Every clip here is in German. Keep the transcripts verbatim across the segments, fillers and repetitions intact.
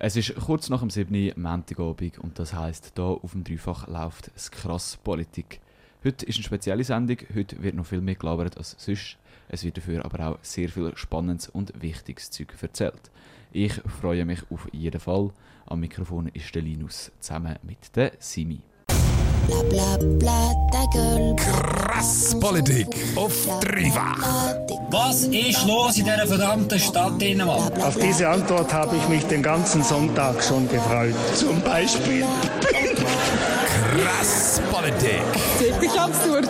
Es ist kurz nach dem sieben Uhr Montagabend und das heisst, hier auf dem Dreifach läuft das Krass Politik. Heute ist eine spezielle Sendung, heute wird noch viel mehr gelabert als sonst. Es wird dafür aber auch sehr viel Spannendes und Wichtiges Zeug erzählt. Ich freue mich auf jeden Fall. Am Mikrofon ist der Linus zusammen mit der Simi. Bla bla bla, ta gueule. Krass Politik auf Dreifach. Was ist los in dieser verdammten Stadt, Dänemark? Auf diese Antwort habe ich mich den ganzen Sonntag schon gefreut. Zum Beispiel. Krass Politik. Wirklich absurd.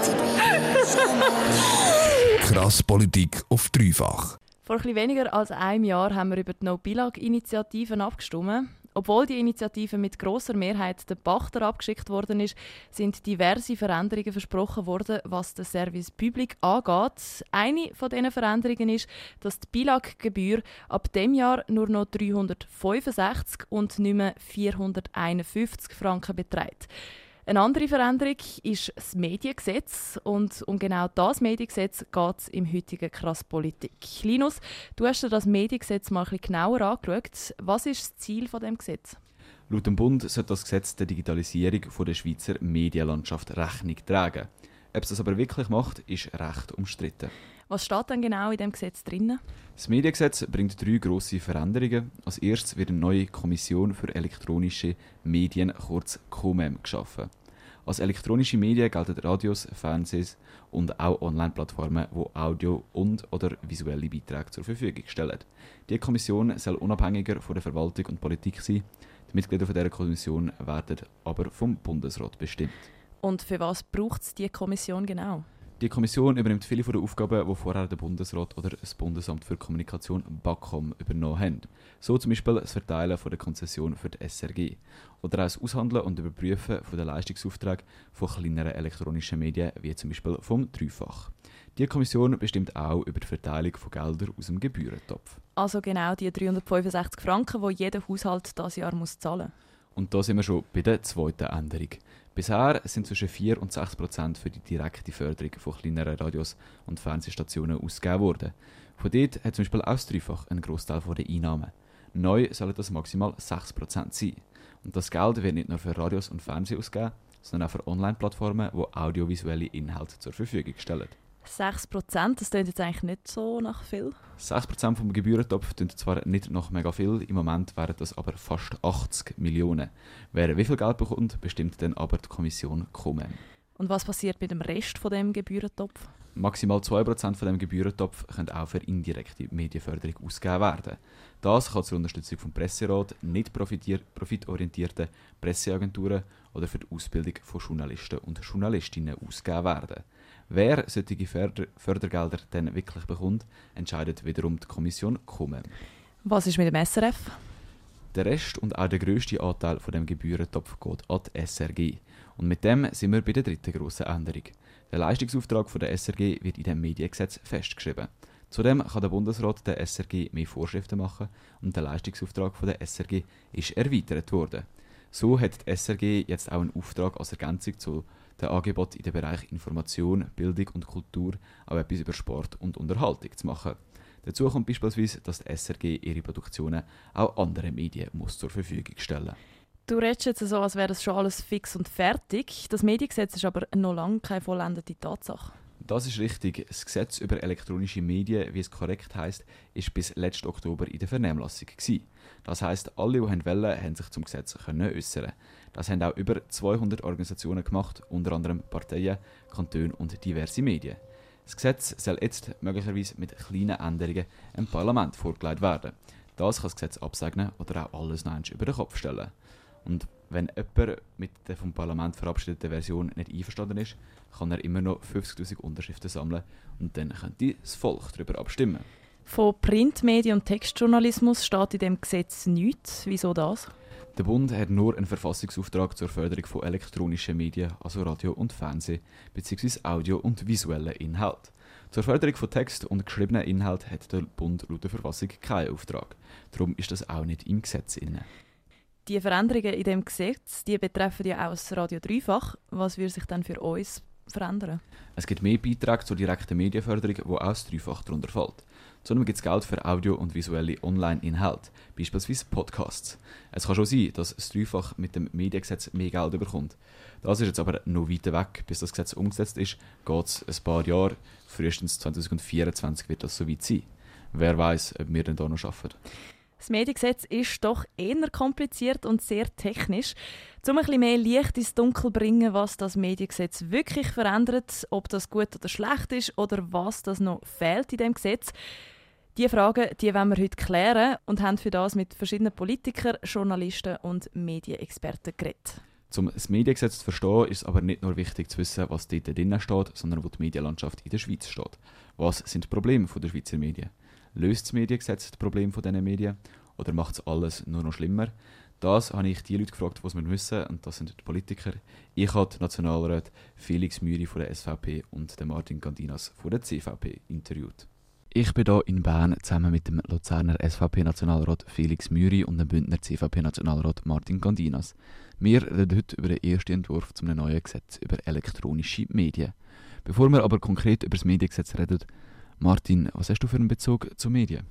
Krass Politik auf Dreifach. Vor ein bisschen weniger als einem Jahr haben wir über die No-Billag-Initiativen abgestimmt. Obwohl die Initiative mit grosser Mehrheit den Pachter abgeschickt worden ist, sind diverse Veränderungen versprochen worden, was den Service Public angeht. Eine von diesen Veränderungen ist, dass die Billag-Gebühr ab dem Jahr nur noch dreihundertfünfundsechzig und nicht mehr vierhunderteinundfünfzig Franken beträgt. Eine andere Veränderung ist das Mediengesetz. Und um genau das Mediengesetz geht es im heutigen Krass Politik. Linus, du hast dir das Mediengesetz mal ein bisschen genauer angeschaut. Was ist das Ziel von dem Gesetz? Laut dem Bund soll das Gesetz der Digitalisierung von der Schweizer Medienlandschaft Rechnung tragen. Ob es das aber wirklich macht, ist recht umstritten. Was steht denn genau in dem Gesetz drin? Das Mediengesetz bringt drei grosse Veränderungen. Als erstes wird eine neue Kommission für elektronische Medien, kurz K O M E M, geschaffen. Als elektronische Medien gelten Radios, Fernsehs und auch Online-Plattformen, die Audio- und oder visuelle Beiträge zur Verfügung stellen. Die Kommission soll unabhängiger von der Verwaltung und Politik sein. Die Mitglieder dieser Kommission werden aber vom Bundesrat bestimmt. Und für was braucht es diese Kommission genau? Die Kommission übernimmt viele der Aufgaben, die vorher der Bundesrat oder das Bundesamt für Kommunikation BAKOM übernommen haben. So zum Beispiel das Verteilen von der Konzession für die S R G oder auch das Aushandeln und Überprüfen von der Leistungsaufträge von kleineren elektronischen Medien, wie zum Beispiel vom Dreifach. Die Kommission bestimmt auch über die Verteilung von Geldern aus dem Gebührentopf. Also genau die dreihundertfünfundsechzig Franken, die jeder Haushalt dieses Jahr muss zahlen muss. Und da sind wir schon bei der zweiten Änderung. Bisher sind zwischen vier und sechs Prozent für die direkte Förderung von kleineren Radios und Fernsehstationen ausgegeben worden. Von dort hat zum Beispiel auch das Dreifach einen Grossteil der Einnahmen. Neu sollen das maximal sechs Prozent sein. Und das Geld wird nicht nur für Radios und Fernsehen ausgegeben, sondern auch für Online-Plattformen, die audiovisuelle Inhalte zur Verfügung stellen. sechs Prozent, das klingt jetzt eigentlich nicht so nach viel. sechs Prozent vom Gebührentopf klingt zwar nicht nach mega viel, im Moment wären das aber fast achtzig Millionen. Wer wie viel Geld bekommt, bestimmt dann aber die Kommission K O M E M. Und was passiert mit dem Rest von dem Gebührentopf? Maximal zwei Prozent von dem Gebührentopf können auch für indirekte Medienförderung ausgegeben werden. Das kann zur Unterstützung vom Presserat, nicht profitorientierten Presseagenturen oder für die Ausbildung von Journalisten und Journalistinnen ausgegeben werden. Wer solche Förder- Fördergelder dann wirklich bekommt, entscheidet wiederum die Kommission K O M E M. Was ist mit dem S R F? Der Rest und auch der grösste Anteil von dem Gebührentopf geht an die S R G. Und mit dem sind wir bei der dritten grossen Änderung. Der Leistungsauftrag von der S R G wird in dem Mediengesetz festgeschrieben. Zudem kann der Bundesrat der S R G mehr Vorschriften machen und der Leistungsauftrag von der S R G ist erweitert worden. So hat die S R G jetzt auch einen Auftrag als Ergänzung zu den Angeboten in den Bereich Information, Bildung und Kultur auch etwas über Sport und Unterhaltung zu machen. Dazu kommt beispielsweise, dass die S R G ihre Produktionen auch anderen Medien muss zur Verfügung stellen muss. Du redest jetzt so, als wäre das schon alles fix und fertig. Das Mediengesetz ist aber noch lange keine vollendete Tatsache. Das ist richtig. Das Gesetz über elektronische Medien, wie es korrekt heisst, ist bis letzten Oktober in der Vernehmlassung gewesen. Das heisst, alle, die wollten, haben sich zum Gesetz äußern. Das haben auch über zweihundert Organisationen gemacht, unter anderem Parteien, Kantone und diverse Medien. Das Gesetz soll jetzt möglicherweise mit kleinen Änderungen im Parlament vorgelegt werden. Das kann das Gesetz absegnen oder auch alles noch über den Kopf stellen. Und wenn jemand mit der vom Parlament verabschiedeten Version nicht einverstanden ist, kann er immer noch fünfzigtausend Unterschriften sammeln und dann könnte das Volk darüber abstimmen. Von Printmedien und Textjournalismus steht in dem Gesetz nichts. Wieso das? Der Bund hat nur einen Verfassungsauftrag zur Förderung von elektronischen Medien, also Radio und Fernsehen, bzw. Audio- und visuellen Inhalt. Zur Förderung von Text und geschriebenen Inhalt hat der Bund laut der Verfassung keinen Auftrag. Darum ist das auch nicht im Gesetz inne. Die Veränderungen in dem Gesetz, die betreffen ja auch das Radio Dreifach. Was würde sich dann für uns verändern? Es gibt mehr Beiträge zur direkten Medienförderung, wo auch das Dreifach darunter fällt. sondern gibt es Geld für Audio- und visuelle Online-Inhalte, beispielsweise Podcasts. Es kann schon sein, dass das Dreifach mit dem Mediengesetz mehr Geld bekommt. Das ist jetzt aber noch weiter weg. Bis das Gesetz umgesetzt ist, geht es ein paar Jahre. Frühestens zwanzig vierundzwanzig wird das soweit sein. Wer weiß, ob wir denn da noch arbeiten. Das Mediengesetz ist doch eher kompliziert und sehr technisch. Um ein bisschen mehr Licht ins Dunkel zu bringen, was das Mediengesetz wirklich verändert, ob das gut oder schlecht ist oder was das noch fehlt in dem Gesetz. Diese Fragen die wollen wir heute klären und haben für das mit verschiedenen Politikern, Journalisten und Medienexperten geredet. Um das Mediengesetz zu verstehen, ist es aber nicht nur wichtig zu wissen, was dort drin steht, sondern wo die Medienlandschaft in der Schweiz steht. Was sind die Probleme der Schweizer Medien? Löst das Mediengesetz das Problem dieser Medien oder macht es alles nur noch schlimmer? Das habe ich die Leute gefragt, die es wissen, und das sind die Politiker. Ich habe den Nationalrat Felix Müri von der S V P und den Martin Gandinas von der C V P interviewt. Ich bin hier in Bern zusammen mit dem Luzerner S V P-Nationalrat Felix Müri und dem Bündner C V P-Nationalrat Martin Gandinas. Wir reden heute über den ersten Entwurf zu einem neuen Gesetz über elektronische Medien. Bevor wir aber konkret über das Mediengesetz reden, Martin, was hast du für einen Bezug zu Medien?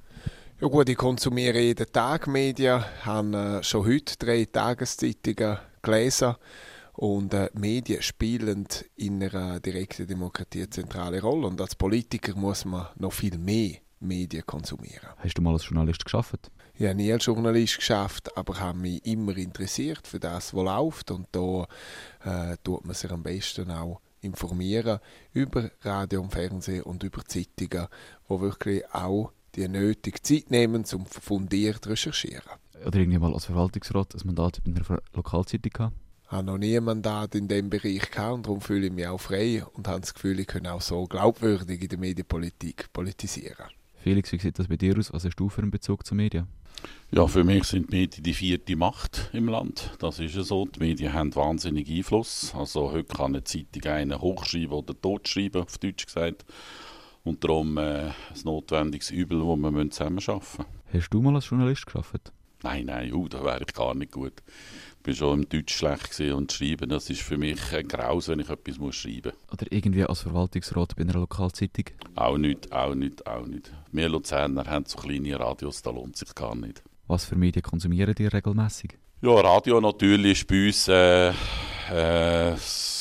Ja gut, ich konsumiere jeden Tag Medien, habe äh, schon heute drei Tageszeitungen gelesen und äh, Medien spielen in einer direkten Demokratie eine zentrale Rolle und als Politiker muss man noch viel mehr Medien konsumieren. Hast du mal als Journalist gearbeitet? Ich habe nie als Journalist geschafft, aber habe mich immer interessiert für das, was läuft und da äh, tut man sich am besten auch informieren über Radio und Fernsehen und über Zeitungen, die wirklich auch die nötige Zeit nehmen, um fundiert zu recherchieren. Oder irgendwie mal als Verwaltungsrat ein Mandat in einer Lokalzeitung gehabt? Ich habe noch nie ein Mandat in diesem Bereich gehabt und darum fühle ich mich auch frei und habe das Gefühl, ich kann auch so glaubwürdig in der Medienpolitik politisieren. Felix, wie sieht das bei dir aus? Was hast du für einen Bezug zu Medien? Ja, für mich sind die Medien die vierte Macht im Land. Das ist ja so. Die Medien haben wahnsinnig Einfluss. Also heute kann eine Zeitung einen hochschreiben oder totschreiben, auf Deutsch gesagt. Und darum äh, ein notwendiges Übel, das wir zusammenarbeiten müssen. Hast du mal als Journalist gearbeitet? Nein, nein, uh, da wäre ich gar nicht gut. Ich war schon im Deutsch schlecht und schreiben, das ist für mich ein Graus, wenn ich etwas muss schreiben muss. Oder irgendwie als Verwaltungsrat bei einer Lokalzeitung? Auch nicht, auch nicht, auch nicht. Wir Luzerner haben so kleine Radios, da lohnt sich gar nicht. Was für Medien konsumieren die regelmässig? Ja, Radio natürlich ist bei uns äh, äh,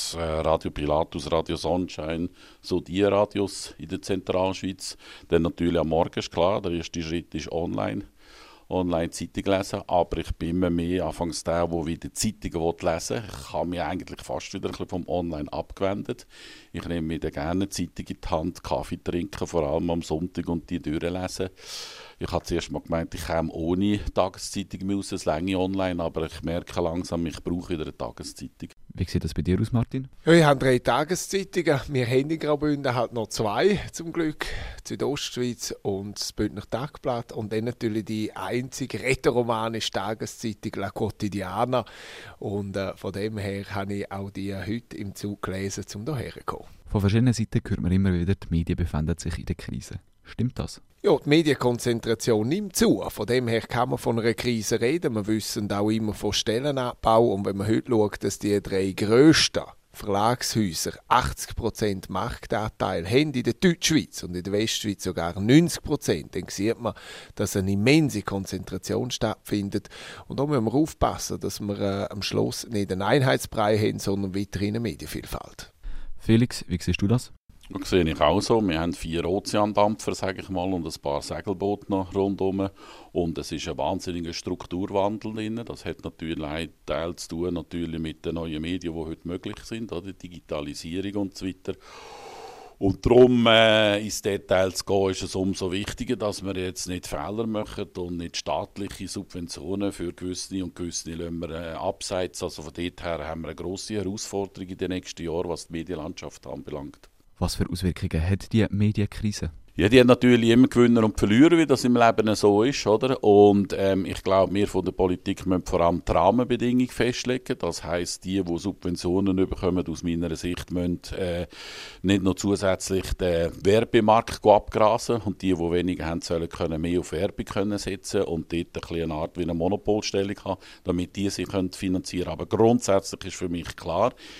Radio Pilatus, Radio Sonnenschein, so die Radios in der Zentralschweiz. Dann natürlich am Morgen ist klar, der erste Schritt ist online. Online-Zeitung lesen, aber ich bin immer mehr anfangs der, der wieder Zeitungen lesen will. Ich habe mich eigentlich fast wieder ein bisschen vom Online abgewendet. Ich nehme mir gerne Zeitung in die Hand, Kaffee trinken, vor allem am Sonntag und die durchlesen. Ich habe zuerst mal gemeint, ich käme ohne Tageszeitung mehr raus, es reicht online, aber ich merke langsam, ich brauche wieder eine Tageszeitung. Wie sieht das bei dir aus, Martin? Ja, ich habe drei Tageszeitungen. Wir haben in Graubünden halt noch zwei, zum Glück. Die Südostschweiz und das Bündner Tagblatt. Und dann natürlich die einzige rätoromanische Tageszeitung La Quotidiana. Und äh, von dem her habe ich auch die heute im Zug gelesen, um hierher zu kommen. Von verschiedenen Seiten hört man immer wieder, die Medien befinden sich in der Krise. Stimmt das? Ja, die Medienkonzentration nimmt zu. Von dem her kann man von einer Krise reden. Wir wissen auch immer von Stellenabbau. Und wenn man heute schaut, dass die drei grössten Verlagshäuser achtzig Prozent Marktanteil haben in der Deutschschweiz und in der Westschweiz sogar neunzig Prozent, dann sieht man, dass eine immense Konzentration stattfindet. Und da müssen wir aufpassen, dass wir äh, am Schluss nicht einen Einheitsbrei haben, sondern weiterhin eine Medienvielfalt. Felix, wie siehst du das? Das sehe ich auch so. Wir haben vier Ozeandampfer, sage ich mal, und ein paar Segelboote noch rundherum. Und es ist ein wahnsinniger Strukturwandel drin. Das hat natürlich einen Teil zu tun natürlich mit den neuen Medien, die heute möglich sind, oder Digitalisierung und so weiter. Und darum äh, ins Detail zu gehen, ist es umso wichtiger, dass wir jetzt nicht Fehler machen und nicht staatliche Subventionen für gewisse und gewisse lassen wir äh, abseits. Also von dort her haben wir eine grosse Herausforderung in den nächsten Jahren, was die Medienlandschaft anbelangt. Was für Auswirkungen hat die Medienkrise? Ja, die haben natürlich immer Gewinner und Verlierer, wie das im Leben so ist, oder? Und ähm, ich glaube, wir von der Politik müssen vor allem die Rahmenbedingungen festlegen. Das heisst, die, die Subventionen bekommen, aus meiner Sicht, müssen äh, nicht noch zusätzlich den Werbemarkt abgrasen. Und die, die weniger haben, sollen können mehr auf Werbung können setzen und dort ein bisschen eine Art wie eine Monopolstellung haben, damit die sich finanzieren können. Aber grundsätzlich ist für mich klar,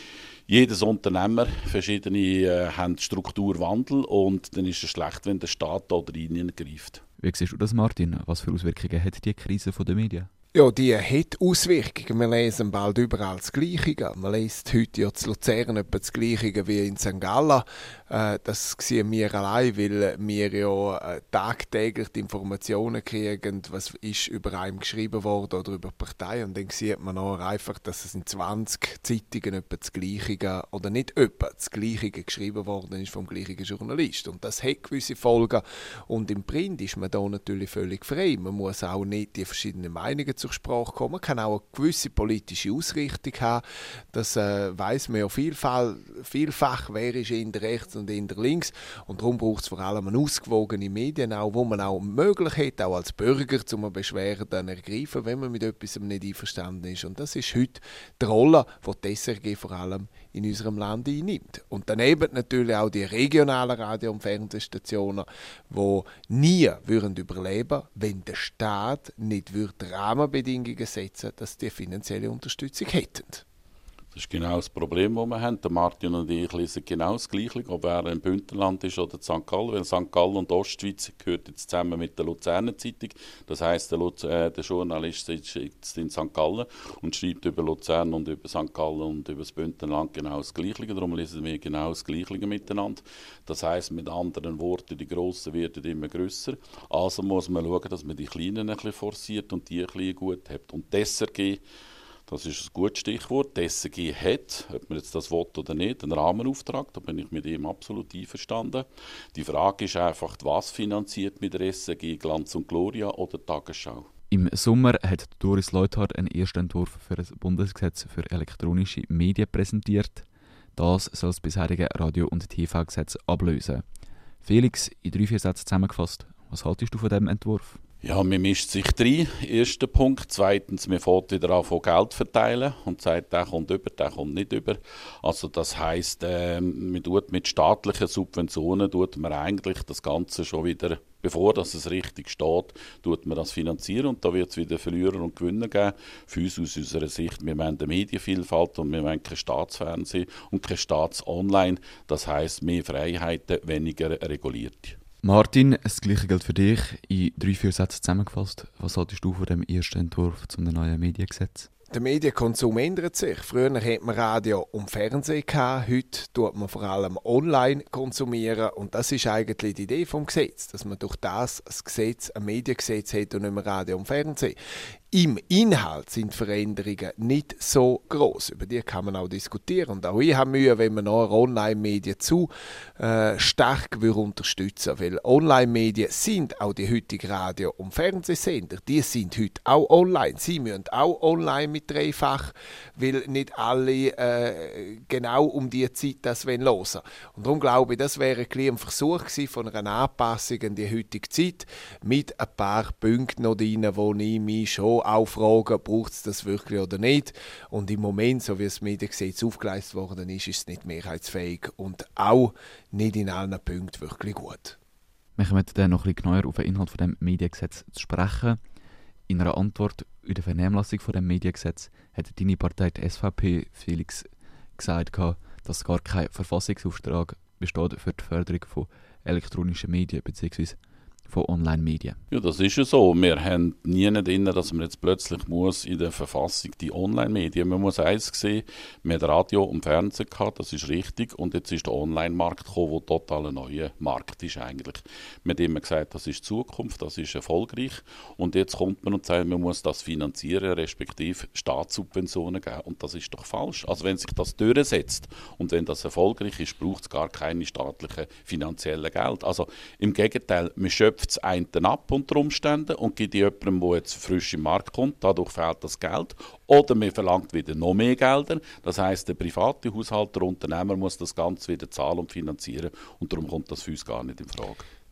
jedes Unternehmer, verschiedene äh, haben Strukturwandel und dann ist es schlecht, wenn der Staat da reingreift. Wie siehst du das, Martin? Was für Auswirkungen hat die Krise der Medien? Ja, die hat Auswirkungen. Wir lesen bald überall das Gleiche. Man liest heute ja zu Luzern etwa das Gleiche wie in Sankt Gallen. Äh, das sehen wir allein, weil wir ja äh, tagtäglich die Informationen kriegen, was ist über einen geschrieben worden oder über die Partei. Und dann sieht man auch einfach, dass es in zwanzig Zeitungen etwa das Gleiche oder nicht etwa das Gleiche geschrieben worden ist vom gleichen Journalist. Und das hat gewisse Folgen. Und im Print ist man da natürlich völlig frei. Man muss auch nicht die verschiedenen Meinungen zur Sprache kommen. Man kann auch eine gewisse politische Ausrichtung haben. Das äh, weiss man ja vielfach, vielfach, wer ist in der rechts und in der links. Und darum braucht es vor allem eine ausgewogene Medien, auch, wo man auch möglich hat, auch als Bürger, um eine Beschwerde dann ergreifen, wenn man mit etwas nicht einverstanden ist. Und das ist heute die Rolle, die die S R G vor allem in unserem Land einnimmt. Und daneben natürlich auch die regionalen Radio- und Fernsehstationen, die nie würden überleben, wenn der Staat nicht würde Rahmenbedingungen setzen, dass die finanzielle Unterstützung hätten. Das ist genau das Problem, das wir haben. Der Martin und ich lesen genau das Gleiche, ob er im Bündnerland ist oder in Sankt Gallen. Weil Sankt Gallen und Ostschweiz gehört jetzt zusammen mit der Luzerner Zeitung. Das heisst, der, Luz- äh, der Journalist sitzt jetzt in Sankt Gallen und schreibt über Luzern und über Sankt Gallen und über das Bündnerland genau das Gleiche. Darum lesen wir genau das Gleiche miteinander. Das heisst, mit anderen Worten, die Grossen werden immer grösser. Also muss man schauen, dass man die Kleinen ein bisschen forciert und die ein bisschen gut hat. Und die S R G, das ist ein gutes Stichwort. Die S R G hat, ob man jetzt das will oder nicht, einen Rahmenauftrag. Da bin ich mit ihm absolut einverstanden. Die Frage ist einfach, was finanziert mit der S R G, Glanz und Gloria oder Tagesschau? Im Sommer hat Doris Leuthard einen ersten Entwurf für ein Bundesgesetz für elektronische Medien präsentiert. Das soll das bisherige Radio- und T V-Gesetz ablösen. Felix, in drei, vier Sätzen zusammengefasst, was haltest du von diesem Entwurf? Ja, man mischt sich rein, erster Punkt. Zweitens, man fängt wieder an, von Geld verteilen und sagt, der kommt über, der kommt nicht über. Also das heisst, äh, man tut mit staatlichen Subventionen tut man eigentlich das Ganze schon wieder, bevor das es richtig steht, tut man das finanzieren und da wird es wieder Verlierer und Gewinner geben. Für uns aus unserer Sicht, wir wollen eine Medienvielfalt und wir wollen kein Staatsfernsehen und kein Staats-Online. Das heisst, mehr Freiheiten, weniger reguliert. Martin, das Gleiche gilt für dich. In drei, vier Sätzen zusammengefasst, was haltest du von dem ersten Entwurf zum neuen Mediengesetz? Der Medienkonsum ändert sich. Früher hat man Radio und Fernsehen gehabt, heute tut man vor allem online konsumieren und das ist eigentlich die Idee vom Gesetz, dass man durch das, das Gesetz ein Mediengesetz hat und nicht mehr Radio und Fernsehen. Im Inhalt sind Veränderungen nicht so groß. Über die kann man auch diskutieren. Und auch ich habe Mühe, wenn man noch Online-Medien zu äh, stark unterstützen würde. Weil Online-Medien sind auch die heutigen Radio- und Fernsehsender. Die sind heute auch online. Sie müssen auch online mit dreifach, weil nicht alle äh, genau um diese Zeit das hören wollen. Und darum glaube ich, das wäre ein, ein Versuch gewesen von einer Anpassung an die heutige Zeit mit ein paar Punkten noch drin, wo ich mich schon auch fragen, braucht es das wirklich oder nicht. Und im Moment, so wie das Mediengesetz aufgeleistet worden ist, ist es nicht mehrheitsfähig und auch nicht in allen Punkten wirklich gut. Wir kommen dann noch ein bisschen genauer auf den Inhalt von dem Mediengesetz zu sprechen. In einer Antwort in der Vernehmlassung von dem Mediengesetz hat deine Partei, die S V P, Felix, gesagt, dass gar kein Verfassungsauftrag besteht für die Förderung von elektronischen Medien bzw. von Online-Medien. Ja, das ist ja so. Wir haben nie drin, dass man jetzt plötzlich muss in der Verfassung die Online-Medien, man muss eins sehen, wir hatten Radio und Fernsehen gehabt, das ist richtig, und jetzt ist der Online-Markt gekommen, der total ein neuer Markt ist eigentlich. Wir haben immer gesagt, das ist Zukunft, das ist erfolgreich, und jetzt kommt man und sagt, man muss das finanzieren, respektive Staatssubventionen geben, und das ist doch falsch. Also wenn sich das durchsetzt und wenn das erfolgreich ist, braucht es gar keine staatlichen finanziellen Geld. Also im Gegenteil, man schöpft das eine ab unter Umständen und gibt jemandem, der jetzt frisch im Markt kommt, dadurch fehlt das Geld. Oder man verlangt wieder noch mehr Gelder. Das heisst, der private Haushalt, der Unternehmer muss das Ganze wieder zahlen und finanzieren und darum kommt das für uns gar nicht in Frage.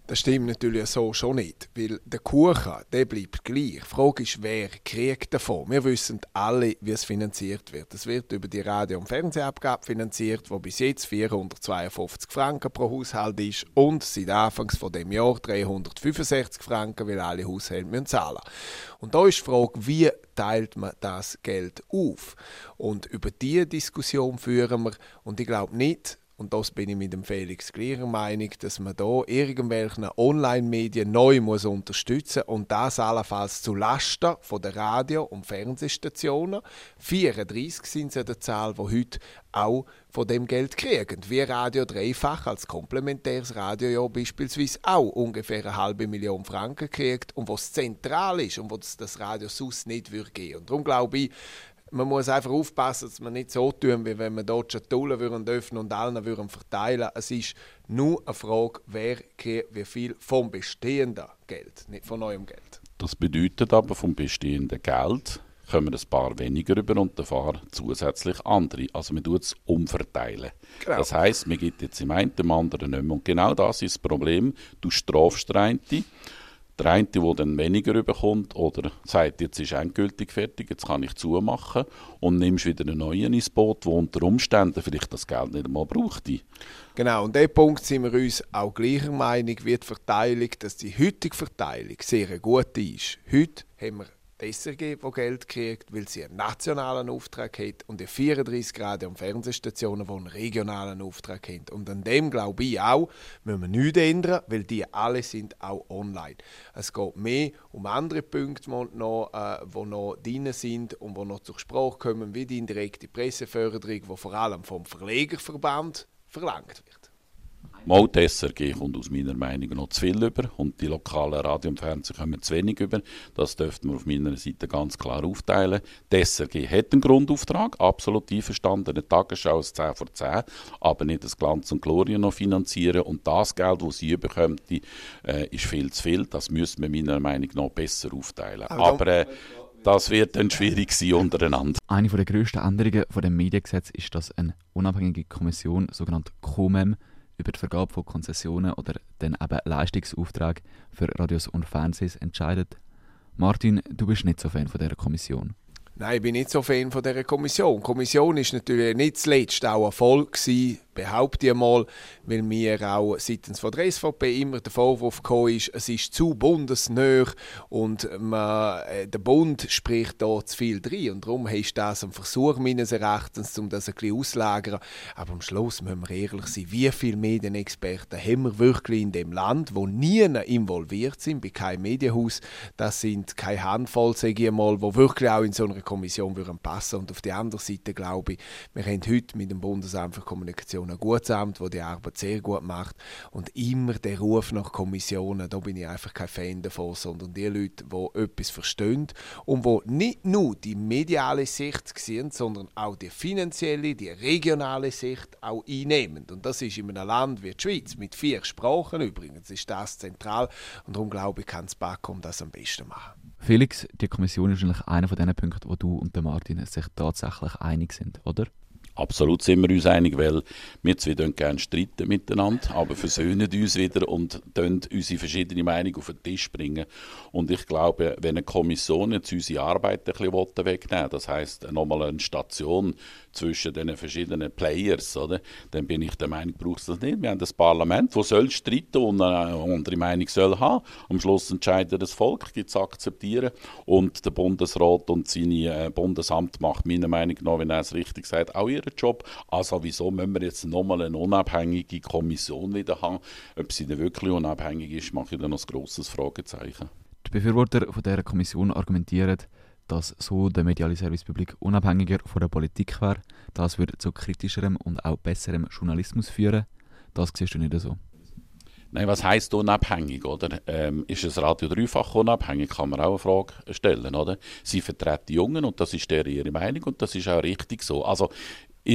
Das stimmt natürlich so schon nicht, weil der Kuchen, der bleibt gleich. Die Frage ist, wer kriegt davon? Wir wissen alle, wie es finanziert wird. Es wird über die Radio- und Fernsehabgabe finanziert, die bis jetzt vierhundertzweiundfünfzig Franken pro Haushalt ist und seit Anfangs von dem Jahr dreihundertfünfundsechzig Franken, weil alle Haushalte müssen zahlen. Und da ist die Frage, wie teilt man das Geld auf? Und über diese Diskussion führen wir, und ich glaube nicht, und das bin ich mit dem Felix gleicher Meinung, dass man da irgendwelche Online-Medien neu muss unterstützen und das allenfalls zu Lasten von der Radio- und Fernsehstationen. vierunddreißig sind es an der Zahl, die heute auch von dem Geld kriegen. Wie Radio Dreifach als komplementäres Radio ja beispielsweise auch ungefähr eine halbe Million Franken kriegt und was zentral ist und was das Radio sonst nicht würde geben. Und darum glaube ich, man muss einfach aufpassen, dass man nicht so tun, wie wenn man dort Schatullen würden öffnen und allen würden verteilen. Es ist nur eine Frage, wer kriegt wie viel vom bestehenden Geld, nicht von neuem Geld. Das bedeutet aber, vom bestehenden Geld kommen ein paar weniger über und dafür zusätzlich andere. Also man tut es umverteilen. Genau. Das heisst, man gibt jetzt im einen dem anderen nicht mehr. Und genau das ist das Problem. Du strafst den einen. Der eine, der dann weniger bekommt oder sagt, jetzt ist endgültig fertig, jetzt kann ich zumachen und nimmst wieder einen neuen ins Boot, der unter Umständen vielleicht das Geld nicht einmal braucht. Genau, und an diesem Punkt sind wir uns auch gleicher Meinung wie die Verteilung, dass die heutige Verteilung sehr eine gute ist. Heute haben wir die S R G, die Geld kriegt, weil sie einen nationalen Auftrag hat und die vierunddreißig Radio- und Fernsehstationen, die einen regionalen Auftrag haben. Und an dem glaube ich auch, müssen wir nichts ändern, weil die alle sind auch online. Es geht mehr um andere Punkte, die noch, äh, die noch drin sind und die noch zur Sprache kommen, wie die indirekte Presseförderung, die vor allem vom Verlegerverband verlangt wird. Mal die S R G kommt aus meiner Meinung noch zu viel über und die lokalen Radio und Fernsehen kommen zu wenig über. Das dürften wir auf meiner Seite ganz klar aufteilen. Die S R G hat einen Grundauftrag, absolut einverstanden, eine Tagesschau ist zehn vor zehn, aber nicht das Glanz und Gloria noch finanzieren. Und das Geld, das sie bekommt, äh, ist viel zu viel. Das müssen wir meiner Meinung nach besser aufteilen. Also. Aber äh, das wird dann schwierig sein untereinander. Eine der grössten Änderungen von dem Mediengesetz ist, dass eine unabhängige Kommission, sogenannt C O M E M, über die Vergabe von Konzessionen oder dann eben Leistungsaufträge für Radios und Fernsehs entscheidet. Martin, du bist nicht so Fan von dieser Kommission. Nein, ich bin nicht so Fan von dieser Kommission. Die Kommission war natürlich nicht zuletzt auch ein Erfolg gewesen, behaupte ich mal, weil mir auch seitens von der S V P immer der Vorwurf gekommen ist, es ist zu bundesnah und man, äh, der Bund spricht da zu viel drin. Und darum ist das ein Versuch meines Erachtens, um das ein bisschen auszulagern. Aber am Schluss müssen wir ehrlich sein, wie viele Medienexperten haben wir wirklich in dem Land, wo nie involviert sind, bei keinem Medienhaus. Das sind keine Handvoll, sage ich mal, die wirklich auch in so einer Kommission würden passen. Und auf der anderen Seite glaube ich, wir haben heute mit dem Bundesamt für Kommunikation ein gutes Amt, das die Arbeit sehr gut macht. Und immer der Ruf nach Kommissionen, da bin ich einfach kein Fan davon, sondern die Leute, die etwas verstehen und die nicht nur die mediale Sicht sehen, sondern auch die finanzielle, die regionale Sicht auch einnehmen. Und das ist in einem Land wie die Schweiz, mit vier Sprachen übrigens, ist das zentral. Und darum glaube ich, kann das BAKOM das am besten machen. Felix, die Kommission ist wahrscheinlich einer von den Punkten, wo du und der Martin sich tatsächlich einig sind, oder? Absolut sind wir uns einig, weil wir zwei gerne streiten miteinander, aber versöhnen uns wieder und unsere verschiedene Meinung auf den Tisch bringen. Und ich glaube, wenn eine Kommission jetzt unsere Arbeit ein bisschen wegnehmen will, das heisst nochmal eine Station zwischen den verschiedenen Players, oder? Dann bin ich der Meinung, braucht es das nicht. Wir haben das Parlament, das soll streiten und eine andere Meinung soll haben. Am Schluss entscheidet das Volk, gibt es akzeptieren. Und der Bundesrat und seine Bundesamt macht meiner Meinung nach, wenn er es richtig sagt, auch ihren Job. Also wieso müssen wir jetzt nochmal eine unabhängige Kommission wieder haben? Ob sie denn wirklich unabhängig ist, mache ich dann noch ein grosses Fragezeichen. Die Befürworter von dieser Kommission argumentieren, dass so der mediale Service Public unabhängiger von der Politik wäre. Das würde zu kritischerem und auch besserem Journalismus führen. Das siehst du nicht so. Nein, was heisst unabhängig, oder? Ähm, ist es Radio Dreifach unabhängig? Kann man auch eine Frage stellen, oder? Sie vertreten die Jungen und das ist deren ihre Meinung und das ist auch richtig so. Also ist man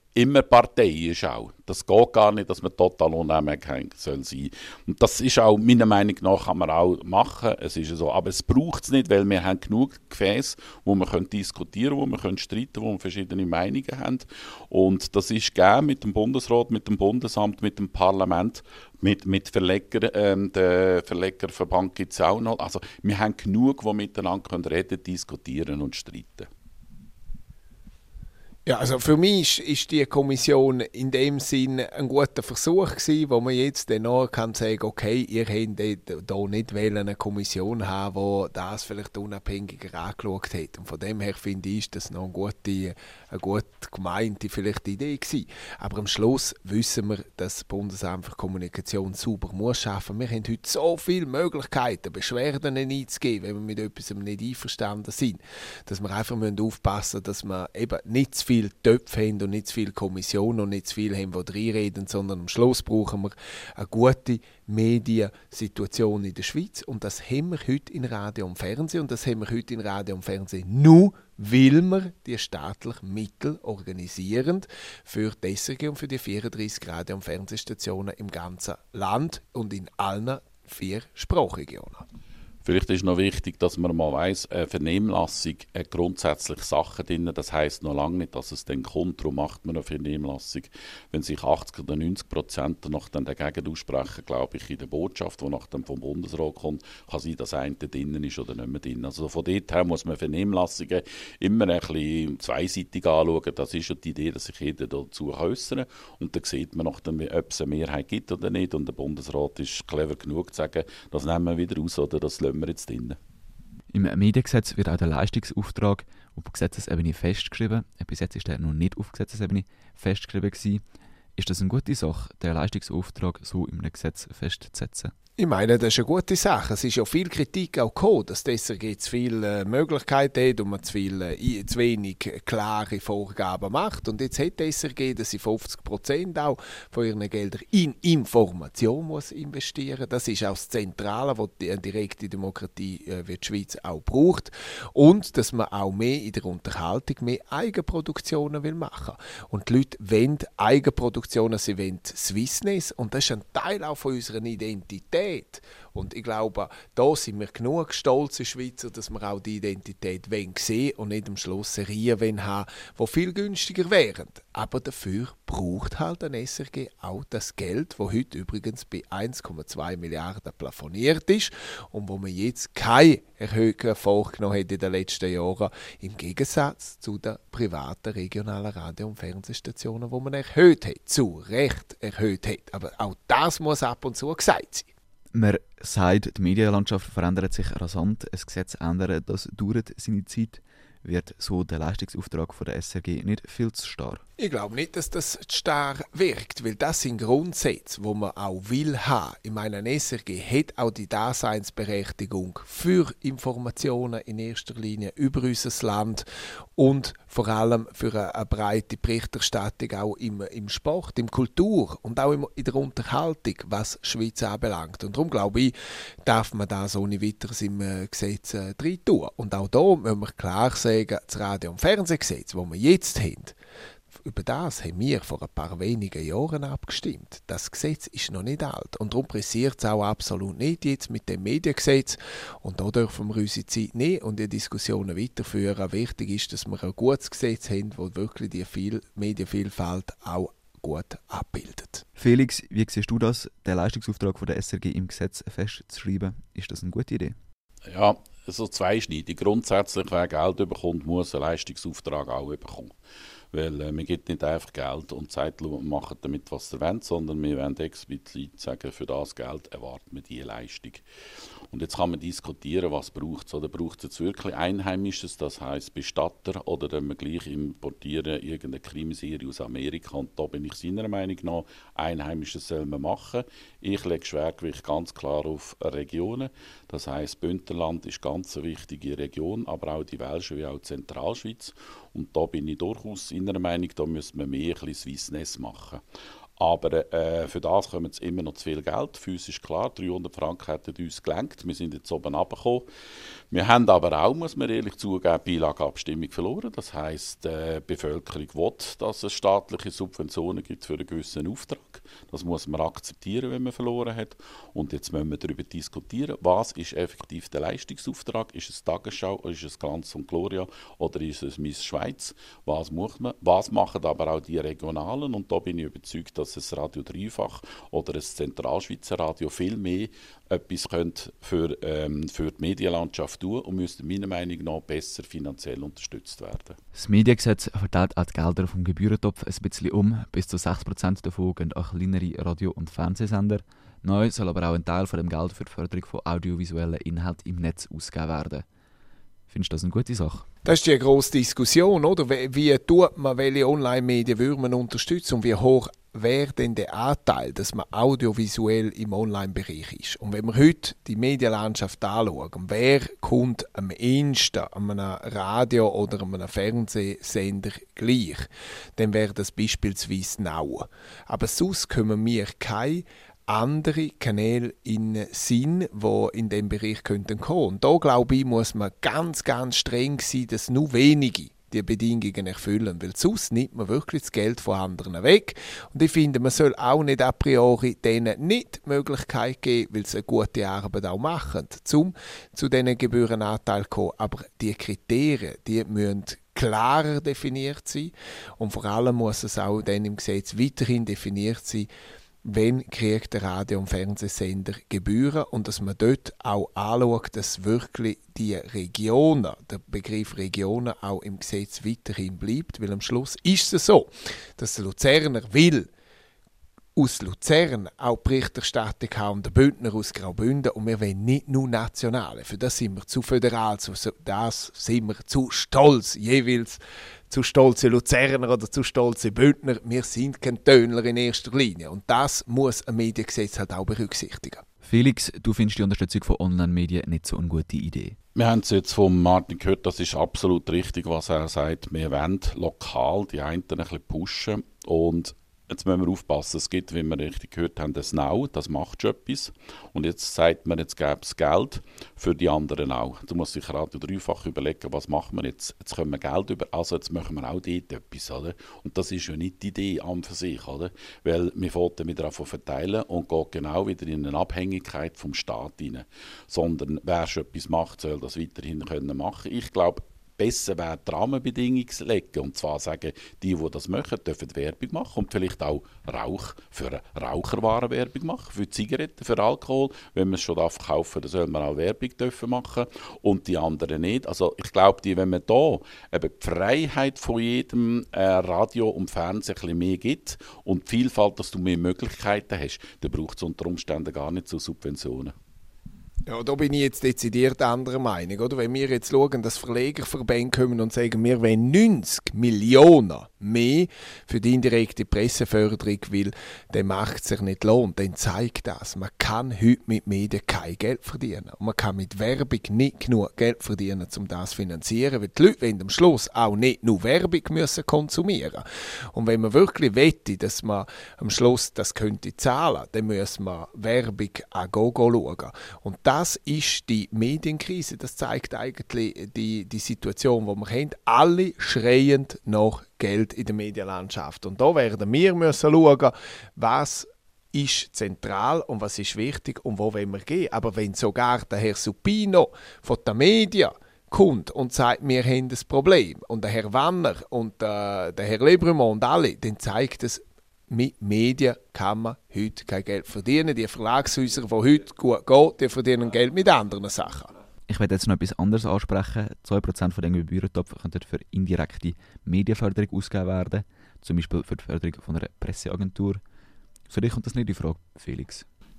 immer Partei ist auch. Das geht gar nicht, dass man total unabhängig soll sein. Und das ist auch, meiner Meinung nach, kann man auch machen. Es ist so. Aber es braucht es nicht, weil wir haben genug Gefäße, wo wir können diskutieren können, wo wir können streiten, wo wir verschiedene Meinungen haben. Und das ist gegeben mit dem Bundesrat, mit dem Bundesamt, mit dem Parlament, mit, mit Verleger, ähm, der Verlegerverband gibt es auch noch. Also wir haben genug, die miteinander können reden, diskutieren und streiten. Ja, also für mich ist, ist die Kommission in dem Sinn ein guter Versuch gewesen, wo man jetzt dann noch kann sagen, okay, ihr habt hier nicht eine Kommission haben, die das vielleicht unabhängiger angeschaut hat. Und von dem her finde ich, ist das noch eine gute, eine gut gemeinte vielleicht Idee gewesen. Aber am Schluss wissen wir, dass das Bundesamt für Kommunikation sauber muss schaffen. Wir haben heute so viele Möglichkeiten, Beschwerden einzugeben, wenn wir mit etwas nicht einverstanden sind, dass wir einfach aufpassen müssen, dass wir eben nicht zu viel Töpfe haben und nicht zu viele Kommissionen und nicht zu viel haben, die reinreden, sondern am Schluss brauchen wir eine gute Mediensituation in der Schweiz. Und das haben wir heute in Radio und Fernsehen. Und das haben wir heute in Radio und Fernsehen nur, weil wir die staatlichen Mittel organisieren für die S R G und für die vierunddreissig Radio- und Fernsehstationen im ganzen Land und in allen vier Sprachregionen. Vielleicht ist noch wichtig, dass man mal weiss, eine Vernehmlassung hat grundsätzlich Sachen drin. Das heisst noch lange nicht, dass es dann kommt. Darum macht man eine Vernehmlassung. Wenn sich achtzig oder neunzig Prozent danach dann dagegen aussprechen, glaube ich, in der Botschaft, die nach dem vom Bundesrat kommt, kann sein, dass eine drin ist oder nicht mehr drin. Also von dort her muss man Vernehmlassungen immer ein bisschen zweiseitig anschauen. Das ist ja die Idee, dass sich jeder dazu äußern kann. Und dann sieht man noch, ob es eine Mehrheit gibt oder nicht. Und der Bundesrat ist clever genug zu sagen, das nehmen wir wieder raus oder das lassen wir jetzt drin. Im Mediengesetz wird auch der Leistungsauftrag auf Gesetzesebene festgeschrieben. Bis jetzt ist der noch nicht auf Gesetzesebene festgeschrieben gewesen. Ist das eine gute Sache, den Leistungsauftrag so in einem Gesetz festzusetzen? Ich meine, das ist eine gute Sache. Es ist ja viel Kritik auch gekommen, dass die S R G zu viele äh, Möglichkeiten hat und man zu, viel, äh, zu wenig klare Vorgaben macht. Und jetzt hat die S R G, dass sie fünfzig Prozent auch von ihren Geldern in Information muss investieren. Das ist auch das Zentrale, was die direkte Demokratie äh, wie die Schweiz auch braucht. Und dass man auch mehr in der Unterhaltung mehr Eigenproduktionen will machen. Und die Leute wollen Eigenproduktionen, sie wollen Swissness. Und das ist ein Teil auch von unserer Identität. Und ich glaube, da sind wir genug stolze Schweizer, dass wir auch die Identität sehen und nicht am Schluss Serien haben, die viel günstiger wären. Aber dafür braucht halt ein S R G auch das Geld, das heute übrigens bei eins Komma zwei Milliarden plafoniert ist und wo man jetzt keine Erhöhung vorgenommen hat in den letzten Jahren, im Gegensatz zu den privaten regionalen Radio- und Fernsehstationen, die man erhöht hat, zu Recht erhöht hat. Aber auch das muss ab und zu gesagt sein. Man sagt, die Medienlandschaft verändert sich rasant. Ein Gesetz ändern, das dauert seine Zeit. Wird so der Leistungsauftrag von der S R G nicht viel zu starr? Ich glaube nicht, dass das starr wirkt, weil das sind Grundsätze, die man auch will haben. Ich meine, ein S R G hat auch die Daseinsberechtigung für Informationen in erster Linie über unser Land und vor allem für eine, eine breite Berichterstattung auch im, im Sport, im Kultur und auch im, in der Unterhaltung, was die Schweiz anbelangt. Und darum glaube ich, darf man das ohne weiteres im äh, Gesetz äh, rein tun. Und auch da müssen wir klar sagen, das Radio- und Fernsehgesetz, das wir jetzt haben, über das haben wir vor ein paar wenigen Jahren abgestimmt. Das Gesetz ist noch nicht alt und darum pressiert es auch absolut nicht jetzt mit dem Mediengesetz. Und da dürfen wir unsere Zeit nehmen und die Diskussionen weiterführen. Wichtig ist, dass wir ein gutes Gesetz haben, das wirklich die viel Medienvielfalt auch gut abbildet. Felix, wie siehst du das, den Leistungsauftrag von der S R G im Gesetz festzuschreiben? Ist das eine gute Idee? Ja, so zweischneidig. Grundsätzlich, wer Geld bekommt, muss einen Leistungsauftrag auch bekommen. Weil äh, man gibt nicht einfach Geld und sagt, macht damit, was ihr wollt, sondern wir wollen explizit sagen, für das Geld erwarten wir diese Leistung. Und jetzt kann man diskutieren, was braucht es. Oder braucht es jetzt wirklich Einheimisches, das heisst Bestatter, oder dann wir gleich importieren irgendeine Krimiserie aus Amerika. Und da bin ich seiner Meinung nach, Einheimisches soll man machen. Ich lege Schwergewicht ganz klar auf Regionen. Das heisst, Bündnerland ist ganz eine wichtige Region, aber auch die Welsche wie auch die Zentralschweiz. Und da bin ich durchaus seiner Meinung, da müssen wir mehr ein bisschen Swissness machen. Aber äh, für das kommen jetzt immer noch zu viel Geld. Physisch klar, dreihundert Franken hätten uns gelenkt. Wir sind jetzt oben runtergekommen. Wir haben aber auch, muss man ehrlich zugeben, die Beilageabstimmung verloren. Das heisst, äh, die Bevölkerung will, dass es staatliche Subventionen gibt für einen gewissen Auftrag. Das muss man akzeptieren, wenn man verloren hat. Und jetzt müssen wir darüber diskutieren, was ist effektiv der Leistungsauftrag? Ist es Tagesschau, oder ist es Glanz und Gloria oder ist es Miss Schweiz? Was muss man? Was machen aber auch die Regionalen? Und da bin ich überzeugt, dass das Radio Dreifach oder das Zentralschweizer Radio viel mehr etwas könnte für, ähm, für die Medienlandschaft tun und müsste meiner Meinung nach besser finanziell unterstützt werden. Das Mediengesetz verteilt auch die Gelder vom Gebührentopf ein bisschen um. Bis zu sechs Prozent davon gehen an kleinere Radio- und Fernsehsender. Neu soll aber auch ein Teil von dem Geld für die Förderung von audiovisuellen Inhalten im Netz ausgegeben werden. Findest du das eine gute Sache? Das ist die grosse Diskussion, oder? Wie, wie tut man, welche Online-Medien würde man unterstützen und wie hoch wäre denn der Anteil, dass man audiovisuell im Online-Bereich ist? Und wenn wir heute die Medienlandschaft anschauen, wer kommt am ehesten an einem Radio oder an einem Fernsehsender gleich, dann wäre das beispielsweise Now. Aber sonst können wir keine andere Kanäle in Sinn, die in diesem Bereich könnten kommen. Und da, glaube ich, muss man ganz, ganz streng sein, dass nur wenige die Bedingungen erfüllen, weil sonst nimmt man wirklich das Geld von anderen weg. Und ich finde, man soll auch nicht a priori denen nicht die Möglichkeit geben, weil sie eine gute Arbeit auch machen, um zu diesen Gebührenanteilen zu kommen. Aber die Kriterien, die müssen klarer definiert sein und vor allem muss es auch dann im Gesetz weiterhin definiert sein, wenn kriegt der Radio- und Fernsehsender Gebühren und dass man dort auch anschaut, dass wirklich die Regionen, der Begriff Regionen auch im Gesetz weiterhin bleibt, weil am Schluss ist es so, dass der Luzerner will aus Luzern auch Berichterstattung haben, der Bündner aus Graubünden und wir wollen nicht nur nationale. Für das sind wir zu föderal, für das sind wir zu stolz, jeweils zu stolze Luzerner oder zu stolze Bündner. Wir sind kein Tönler in erster Linie und das muss ein Mediengesetz halt auch berücksichtigen. Felix, du findest die Unterstützung von Online-Medien nicht so eine gute Idee? Wir haben es jetzt von Martin gehört, das ist absolut richtig, was er sagt. Wir wollen lokal die einen ein bisschen pushen und jetzt müssen wir aufpassen, es gibt, wie wir richtig gehört haben, das Now, das macht schon etwas. Und jetzt sagt man, jetzt gäbe es Geld für die anderen auch. Du musst sich Radio Dreifach überlegen, was machen wir jetzt? Jetzt können wir Geld über, also jetzt machen wir auch dort etwas, oder? Und das ist ja nicht die Idee an für sich, oder? Weil wir fangen wieder davon verteilen und gehen genau wieder in eine Abhängigkeit vom Staat rein. Sondern wer schon etwas macht, soll das weiterhin können machen. Ich glaube, besser wäre die Rahmenbedingungen zu legen. Und zwar sagen, die, die das machen, dürfen Werbung machen und vielleicht auch Rauch für Raucherwaren Werbung machen, für Zigaretten, für Alkohol. Wenn man es schon kaufen darf, dann soll man auch Werbung dürfen machen und die anderen nicht. Also ich glaube, wenn man da eben die Freiheit von jedem äh, Radio und Fernsehen ein bisschen mehr gibt und die Vielfalt, dass du mehr Möglichkeiten hast, dann braucht es unter Umständen gar nicht so Subventionen. Ja, da bin ich jetzt dezidiert anderer Meinung. Oder? Wenn wir jetzt schauen, dass Verlegerverbände kommen und sagen, wir wollen neunzig Millionen mehr für die indirekte Presseförderung, weil der Markt sich nicht lohnt, dann zeigt das, man kann heute mit Medien kein Geld verdienen. Und man kann mit Werbung nicht genug Geld verdienen, um das zu finanzieren, weil die Leute wollen am Schluss auch nicht nur Werbung müssen konsumieren. Und wenn man wirklich wette, dass man am Schluss das könnte zahlen, dann muss man Werbung an Gogo schauen. Und das ist die Medienkrise. Das zeigt eigentlich die, die Situation, die wir haben. Alle schreien nach Geld in der Medienlandschaft. Und da werden wir müssen schauen, was ist zentral und was ist wichtig und wo wollen wir gehen. Aber wenn sogar der Herr Supino von der Media kommt und sagt, wir haben das Problem, und der Herr Wanner und äh, der Herr Lebrumont und alle, dann zeigt es, mit Medien kann man heute kein Geld verdienen. Die Verlagshäuser, die heute gut gehen, die verdienen Geld mit anderen Sachen. Ich werde jetzt noch etwas anderes ansprechen. zwei Prozent von den Gebührentopf könnten für indirekte Medienförderung ausgegeben werden. Zum Beispiel für die Förderung von einer Presseagentur. Für dich kommt das nicht in Frage, Felix?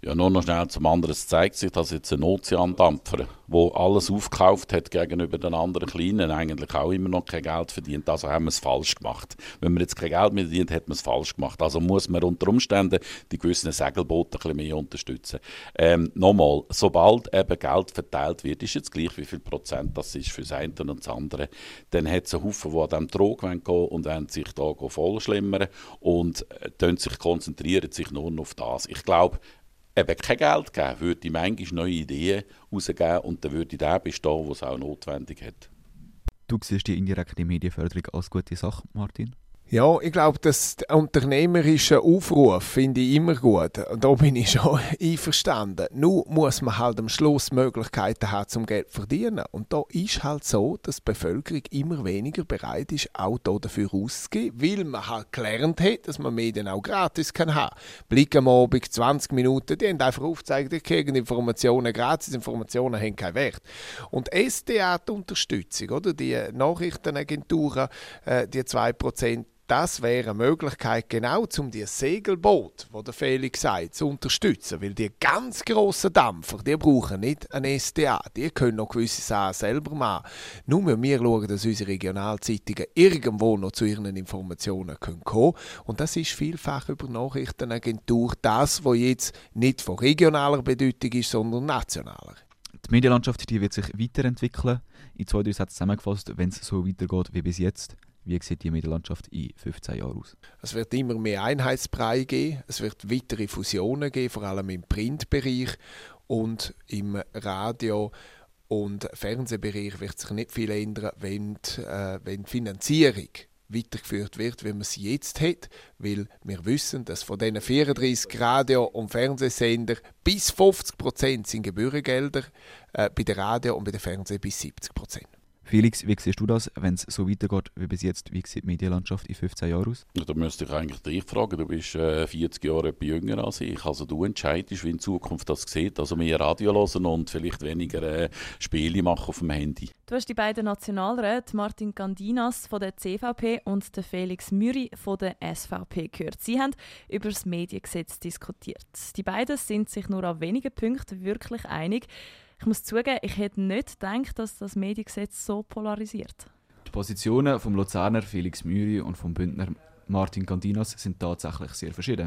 Ja, nur noch schnell zum anderen. Es zeigt sich, dass jetzt ein Ozeandampfer, der alles aufgekauft hat gegenüber den anderen Kleinen, eigentlich auch immer noch kein Geld verdient. Also haben wir es falsch gemacht. Wenn man jetzt kein Geld mehr verdient, hat man es falsch gemacht. Also muss man unter Umständen die gewissen Segelboote ein bisschen mehr unterstützen. Ähm, nochmal, sobald eben Geld verteilt wird, ist jetzt gleich, wie viel Prozent das ist für das eine und das andere, dann hat es einen Haufen, die an diesem Trog gehen und wollen sich da vollschlimmern und äh, sich konzentrieren sich nur noch auf das. Ich glaube, eben kein Geld geben, würde manchmal neue Ideen rausgeben und dann würde der bestehen, der es auch notwendig hat. Du siehst die indirekte Medienförderung als gute Sache, Martin? Ja, ich glaube, das unternehmerische Aufruf finde ich immer gut. Und da bin ich schon einverstanden. Nur muss man halt am Schluss Möglichkeiten haben, zum Geld zu verdienen. Und da ist halt so, dass die Bevölkerung immer weniger bereit ist, auch dafür auszugeben, weil man halt gelernt hat, dass man Medien auch gratis kann haben. Blick am Abend, zwanzig Minuten, die haben einfach aufgezeigt, die kriegen Informationen gratis, Informationen haben keinen Wert. Und S D A, die Unterstützung, oder? Die Nachrichtenagenturen, äh, die zwei Prozent, das wäre eine Möglichkeit, genau um die Segelboot, wo der Felix sagt, zu unterstützen. Weil die ganz grossen Dampfer, die brauchen nicht ein S D A. Die können noch gewisse Sachen selber machen. Nur müssen wir schauen, dass unsere Regionalzeitungen irgendwo noch zu ihren Informationen kommen können. Und das ist vielfach über Nachrichtenagentur das, was jetzt nicht von regionaler Bedeutung ist, sondern nationaler. Die Medienlandschaft die wird sich weiterentwickeln. In zwei, drei Sätzen zusammengefasst, wenn es so weitergeht wie bis jetzt. Wie sieht die Medienlandschaft in fünfzehn Jahren aus? Es wird immer mehr Einheitsbrei geben, es wird weitere Fusionen geben, vor allem im Printbereich und im Radio- und Fernsehbereich wird sich nicht viel ändern, wenn die, äh, wenn die Finanzierung weitergeführt wird, wie man es jetzt hat, weil wir wissen, dass von diesen vierunddreissig Radio- und Fernsehsender bis fünfzig Prozent sind Gebührengelder, äh, bei den Radio- und bei den Fernseh bis siebzig Prozent. Felix, wie siehst du das, wenn es so weitergeht wie bis jetzt? Wie sieht die Medienlandschaft in fünfzehn Jahren aus? Ja, da müsste ich eigentlich dich fragen. Du bist äh, vierzig Jahre jünger als ich. Also du entscheidest, wie in Zukunft das sieht. Also mehr Radio hören und vielleicht weniger äh, Spiele machen auf dem Handy. Du hast die beiden Nationalräte, Martin Gandinas von der C V P und den Felix Müri von der S V P gehört. Sie haben über das Mediengesetz diskutiert. Die beiden sind sich nur an wenigen Punkten wirklich einig. Ich muss zugeben, ich hätte nicht gedacht, dass das Mediengesetz so polarisiert. Die Positionen vom Luzerner Felix Müri und vom Bündner Martin Gandinas sind tatsächlich sehr verschieden.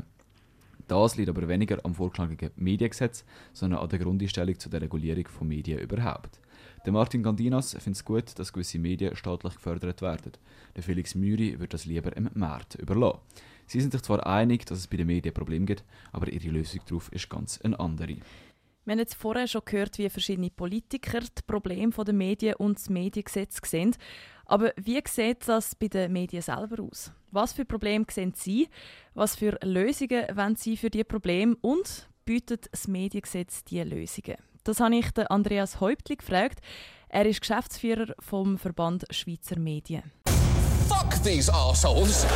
Das liegt aber weniger am vorgeschlagenen Mediengesetz, sondern an der Grundeinstellung zur Regulierung von Medien überhaupt. Der Martin Gandinas findet es gut, dass gewisse Medien staatlich gefördert werden. Der Felix Müri würde das lieber im Markt überlassen. Sie sind sich zwar einig, dass es bei den Medien Probleme gibt, aber ihre Lösung darauf ist ganz eine andere. Wir haben jetzt vorher schon gehört, wie verschiedene Politiker die Probleme der Medien und das Mediengesetz sehen. Aber wie sieht das bei den Medien selber aus? Was für Probleme sehen Sie? Was für Lösungen wollen Sie für diese Probleme? Und bietet das Mediengesetz diese Lösungen? Das habe ich den Andreas Häuptli gefragt. Er ist Geschäftsführer vom Verband Schweizer Medien. Fuck these assholes!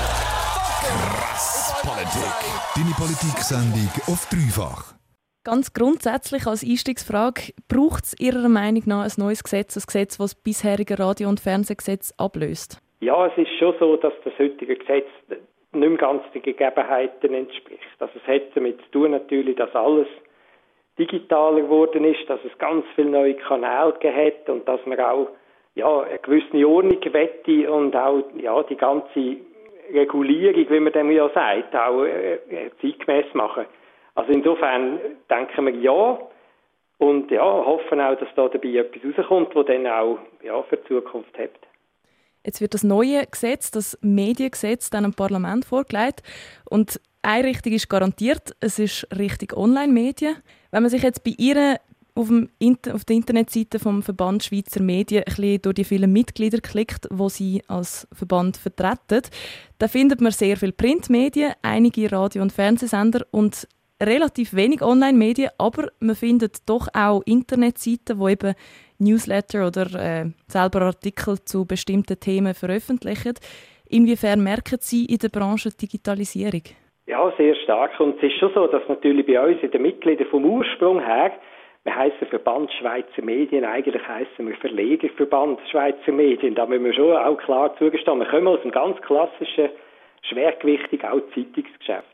Krass Politik. Deine Politik-Sendung auf dreifach. Ganz grundsätzlich als Einstiegsfrage, braucht es Ihrer Meinung nach ein neues Gesetz, ein Gesetz, das das bisherige Radio- und Fernsehgesetz ablöst? Ja, es ist schon so, dass das heutige Gesetz nicht mehr ganz den Gegebenheiten entspricht. Also es hat damit zu tun natürlich, dass alles digitaler geworden ist, dass es ganz viele neue Kanäle gegeben hat und dass man auch ja, eine gewisse Ordnung wette und auch ja, die ganze Regulierung, wie man dem ja sagt, auch äh, zeitgemäß machen. Also insofern denken wir ja und ja, hoffen auch, dass da dabei etwas rauskommt, das dann auch ja, für die Zukunft hat. Jetzt wird das neue Gesetz, das Mediengesetz, dann im Parlament vorgelegt und eine Richtung ist garantiert, es ist Richtung Online-Medien. Wenn man sich jetzt bei Ihnen auf, dem Inter- auf der Internetseite vom Verband Schweizer Medien ein bisschen durch die vielen Mitglieder klickt, die Sie als Verband vertreten, dann findet man sehr viele Printmedien, einige Radio- und Fernsehsender und relativ wenig Online-Medien, aber man findet doch auch Internetseiten, die eben Newsletter oder äh, selber Artikel zu bestimmten Themen veröffentlichen. Inwiefern merken Sie in der Branche Digitalisierung? Ja, sehr stark. Und es ist schon so, dass natürlich bei uns in den Mitgliedern vom Ursprung her, wir heissen Verband Schweizer Medien, eigentlich heissen wir Verlegerverband Schweizer Medien. Da müssen wir schon auch klar zugestehen, wir kommen aus einem ganz klassischen, schwergewichtig auch Zeitungsgeschäft.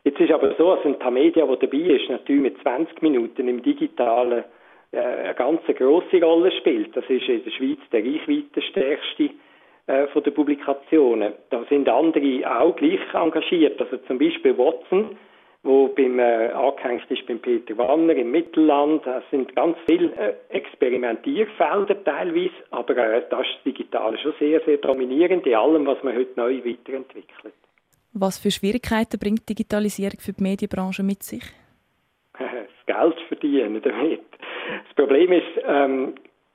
Jetzt ist aber so, dass ein Tamedia, der dabei ist, natürlich mit zwanzig Minuten im Digitalen äh, eine ganz grosse Rolle spielt. Das ist in der Schweiz der reichweitenstärkste äh, von den Publikationen. Da sind andere auch gleich engagiert. Also zum Beispiel Watson, wo beim äh, angehängt ist beim Peter Wanner im Mittelland. Das sind ganz viele äh, Experimentierfelder teilweise, aber äh, das ist das Digitale schon sehr, sehr dominierend in allem, was man heute neu weiterentwickelt. Was für Schwierigkeiten bringt Digitalisierung für die Medienbranche mit sich? Das Geld verdienen damit. Das Problem ist, ähm,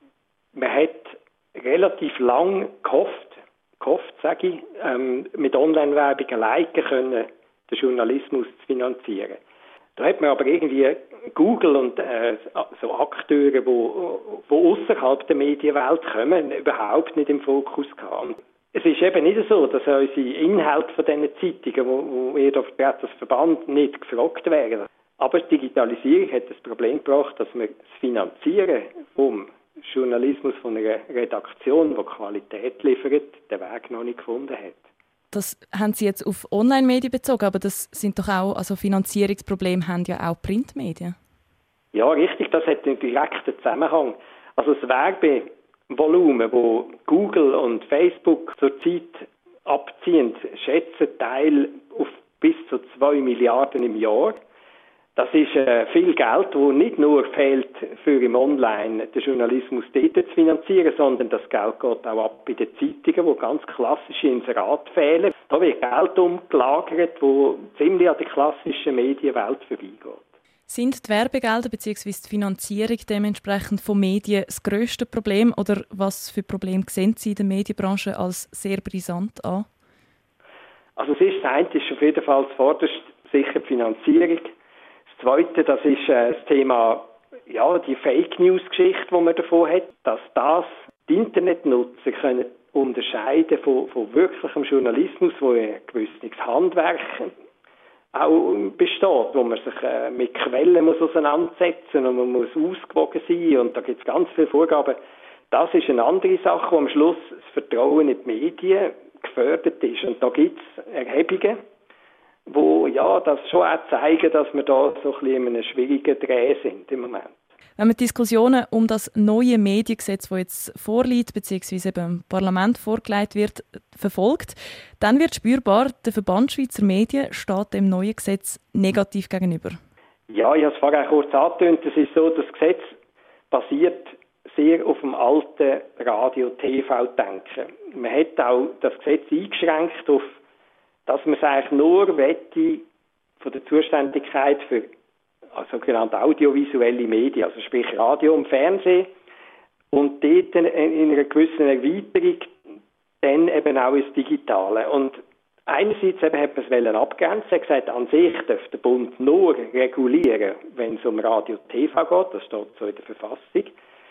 man hat relativ lang gehofft, gehofft sage ich, ähm, mit Online-Werbung alleine können, den Journalismus zu finanzieren. Da hat man aber irgendwie Google und äh, so Akteure, die wo, wo außerhalb der Medienwelt kommen, überhaupt nicht im Fokus gehabt. Es ist eben nicht so, dass unsere Inhalte von diesen Zeitungen, wo, wo wir als Verband nicht gefragt werden. Aber die Digitalisierung hat das Problem gebracht, dass man das Finanzieren vom Journalismus von einer Redaktion, die Qualität liefert, den Weg noch nicht gefunden hat. Das haben Sie jetzt auf Online-Medien bezogen, aber das sind doch auch, also Finanzierungsprobleme haben ja auch Printmedien. Ja, richtig, das hat einen direkten Zusammenhang. Also das Werbevolumen, wo Google und Facebook zurzeit abziehen, schätzen Teil auf bis zu zwei Milliarden im Jahr. Das ist äh, viel Geld, das nicht nur fehlt, für im Online den Journalismus dort zu finanzieren, sondern das Geld geht auch ab bei den Zeitungen, wo ganz klassische Inserate fehlen. Da wird Geld umgelagert, das ziemlich an der klassischen Medienwelt vorbeigeht. Sind die Werbegelder bzw. die Finanzierung dementsprechend von Medien das grösste Problem oder was für Probleme sehen Sie in der Medienbranche als sehr brisant an? Also es ist, das eine ist auf jeden Fall zuvorderst sicher die Finanzierung. Das Zweite, das ist äh, das Thema, ja, die Fake-News-Geschichte, die man davon hat, dass das die Internetnutzer können unterscheiden von, von wirklichem Journalismus, wo ein gewisses Handwerk auch besteht, wo man sich äh, mit Quellen muss auseinandersetzen und man muss ausgewogen sein und da gibt es ganz viele Vorgaben. Das ist eine andere Sache, wo am Schluss das Vertrauen in die Medien gefördert ist und da gibt es Erhebungen, wo ja, das schon auch zeigen, dass wir da so ein bisschen in einem schwierigen Dreh sind im Moment. Wenn man die Diskussionen um das neue Mediengesetz, das jetzt vorliegt, bzw. eben im Parlament vorgelegt wird, verfolgt, dann wird spürbar, der Verband Schweizer Medien steht dem neuen Gesetz negativ gegenüber. Ja, ich habe es vorher kurz angetönt. Es ist so, das Gesetz basiert sehr auf dem alten Radio-T V-Denken. Man hat auch das Gesetz eingeschränkt auf, dass man es eigentlich nur wette von der Zuständigkeit für sogenannte audiovisuelle Medien, also sprich Radio und Fernsehen, und dort in einer gewissen Erweiterung dann eben auch ins Digitale. Und einerseits eben hat man es abgrenzen, er hat gesagt, an sich darf der Bund nur regulieren, wenn es um Radio-T V geht, das steht so in der Verfassung.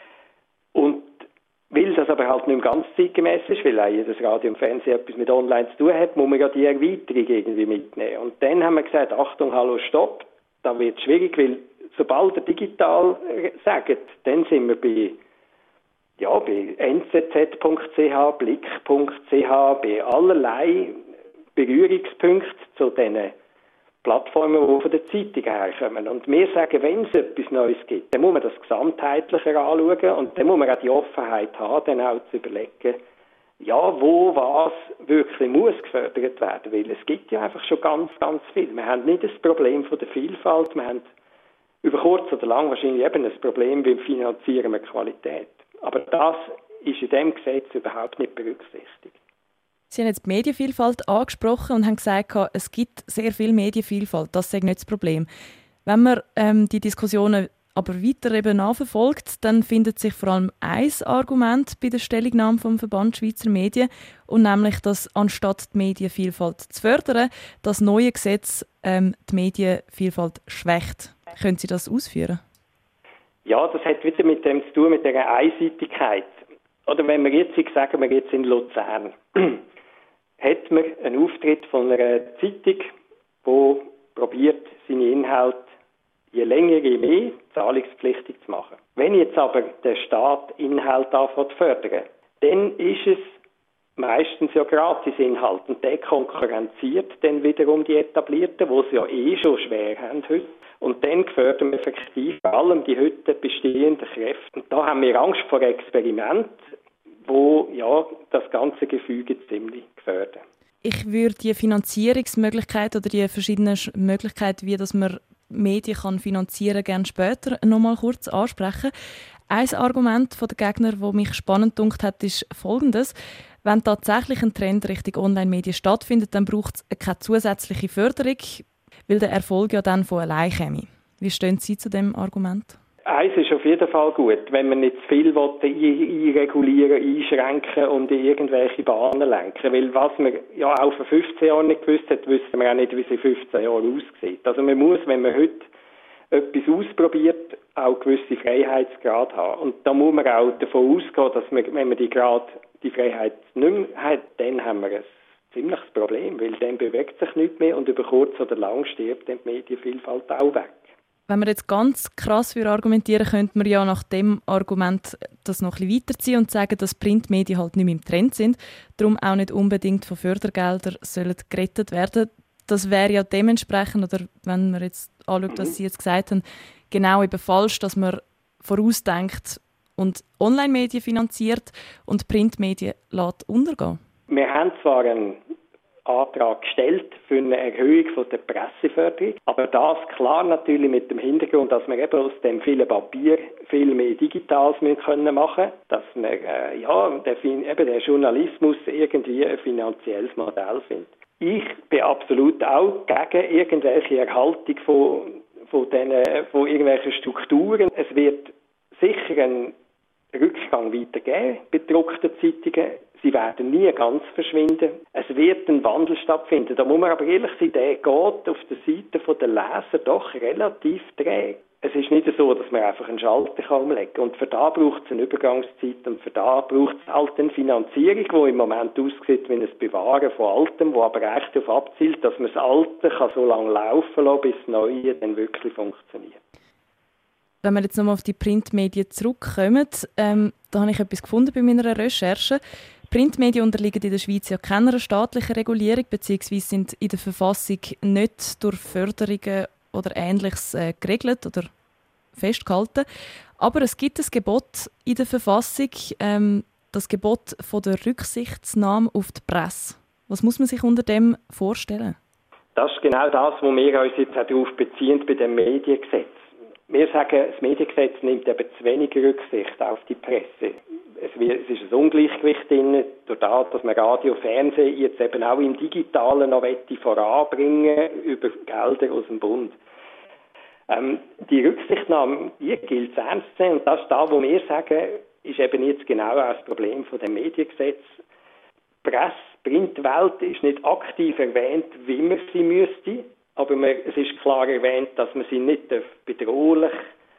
Und weil das aber halt nicht mehr ganz zeitgemäß ist, weil auch jedes Radio und Fernsehen etwas mit Online zu tun hat, muss man ja die Erweiterung irgendwie mitnehmen. Und dann haben wir gesagt, Achtung, hallo, stopp, da wird es schwierig, weil sobald ihr digital sagt, dann sind wir bei, ja, bei N Z Z Punkt C H, Blick Punkt C H, bei allerlei Berührungspunkten zu diesen Plattformen, die von den Zeitungen herkommen. Und wir sagen, wenn es etwas Neues gibt, dann muss man das gesamtheitlicher anschauen und dann muss man auch die Offenheit haben, dann auch zu überlegen, ja, wo was wirklich muss gefördert werden, weil es gibt ja einfach schon ganz, ganz viel. Wir haben nicht das Problem von der Vielfalt, wir haben über kurz oder lang wahrscheinlich eben ein Problem beim Finanzieren der Qualität. Aber das ist in diesem Gesetz überhaupt nicht berücksichtigt. Sie haben jetzt die Medienvielfalt angesprochen und haben gesagt, es gibt sehr viel Medienvielfalt. Das ist nicht das Problem. Wenn man ähm, die Diskussionen aber weiter eben nachverfolgt, dann findet sich vor allem ein Argument bei der Stellungnahme vom Verband Schweizer Medien, und nämlich, dass anstatt die Medienvielfalt zu fördern, das neue Gesetz ähm, die Medienvielfalt schwächt. Können Sie das ausführen? Ja, das hat wieder mit dem zu tun, mit dieser Einseitigkeit. Oder wenn wir jetzt sagen, wir jetzt in Luzern, hat man einen Auftritt von einer Zeitung, die probiert, seine Inhalte je länger, je mehr zahlungspflichtig zu machen. Wenn jetzt aber der Staat Inhalte anfängt zu fördern, dann ist es meistens ja Gratisinhalt. Und der konkurrenziert dann wiederum die Etablierten, die es ja eh schon schwer haben heute. Und dann fördern wir effektiv vor allem die heute bestehenden Kräfte. Und da haben wir Angst vor Experimenten, wo ja das ganze Gefüge ziemlich gefördert. Ich würde die Finanzierungsmöglichkeit oder die verschiedenen Möglichkeiten, wie dass man Medien kann finanzieren, gerne später noch mal kurz ansprechen. Ein Argument der Gegner, das mich spannend gedunkt hat, ist folgendes: Wenn tatsächlich ein Trend Richtung Online-Medien stattfindet, dann braucht es keine zusätzliche Förderung, weil der Erfolg ja dann von allein käme. Wie stehen Sie zu dem Argument? Eins ist auf jeden Fall gut, wenn man nicht zu viel einregulieren, einschränken und in irgendwelche Bahnen lenken. Weil was man ja auch vor fünfzehn Jahren nicht gewusst hat, wissen wir auch nicht, wie es in fünfzehn Jahren aussieht. Also man muss, wenn man heute etwas ausprobiert, auch gewisse Freiheitsgrad haben. Und da muss man auch davon ausgehen, dass man, wenn man die Grad, die Freiheit nicht mehr hat, dann haben wir ein ziemliches Problem, weil dann bewegt sich nichts mehr und über kurz oder lang stirbt dann die Medienvielfalt auch weg. Wenn wir jetzt ganz krass argumentieren, könnte man ja nach dem Argument das noch ein bisschen weiterziehen und sagen, dass Printmedien halt nicht mehr im Trend sind, darum auch nicht unbedingt von Fördergeldern sollen gerettet werden. Das wäre ja dementsprechend, oder wenn man jetzt anschaut, was Sie jetzt gesagt haben, genau eben falsch, dass man vorausdenkt und Online-Medien finanziert und Printmedien lässt untergehen. Wir haben zwar einen Antrag gestellt für eine Erhöhung von der Presseförderung, aber das klar natürlich mit dem Hintergrund, dass wir eben aus dem vielen Papier viel mehr Digitales machen können, dass wir äh, ja, der, eben der Journalismus irgendwie ein finanzielles Modell findet. Ich bin absolut auch gegen irgendwelche Erhaltung von, von, den, von irgendwelchen Strukturen. Es wird sicher einen Rückgang weitergeben bei gedruckten Zeitungen. Sie werden nie ganz verschwinden. Es wird ein Wandel stattfinden. Da muss man aber ehrlich sein, der geht auf der Seite der Leser doch relativ träge. Es ist nicht so, dass man einfach einen Schalter umlegen kann. Und für da braucht es eine Übergangszeit und für da braucht es halt eine Finanzierung, die im Moment aussieht wie ein Bewahren von Altem, wo aber echt darauf abzielt, dass man das Alte kann so lange laufen lassen, bis das Neue dann wirklich funktioniert. Wenn wir jetzt nochmal auf die Printmedien zurückkommen, ähm, da habe ich etwas gefunden bei meiner Recherche. Printmedien unterliegen in der Schweiz ja keiner staatlichen Regulierung, beziehungsweise sind in der Verfassung nicht durch Förderungen oder Ähnliches äh, geregelt oder festgehalten. Aber es gibt ein Gebot in der Verfassung, ähm, das Gebot von der Rücksichtnahme auf die Presse. Was muss man sich unter dem vorstellen? Das ist genau das, wo wir uns jetzt auch darauf beziehen bei dem Mediengesetz. Wir sagen, das Mediengesetz nimmt eben zu wenig Rücksicht auf die Presse. Es, wird, es ist ein Ungleichgewicht drin, durch das, dass man Radio und Fernsehen jetzt eben auch im Digitalen noch voranbringen über Gelder aus dem Bund. Ähm, die Rücksichtnahme, die gilt es ernst zu nehmen. Und das ist da, wo wir sagen, ist eben jetzt genau auch das Problem von dem Mediengesetz. Die Presse, Printwelt ist nicht aktiv erwähnt, wie man sie müsste. Aber man, es ist klar erwähnt, dass man sie nicht bedrohlich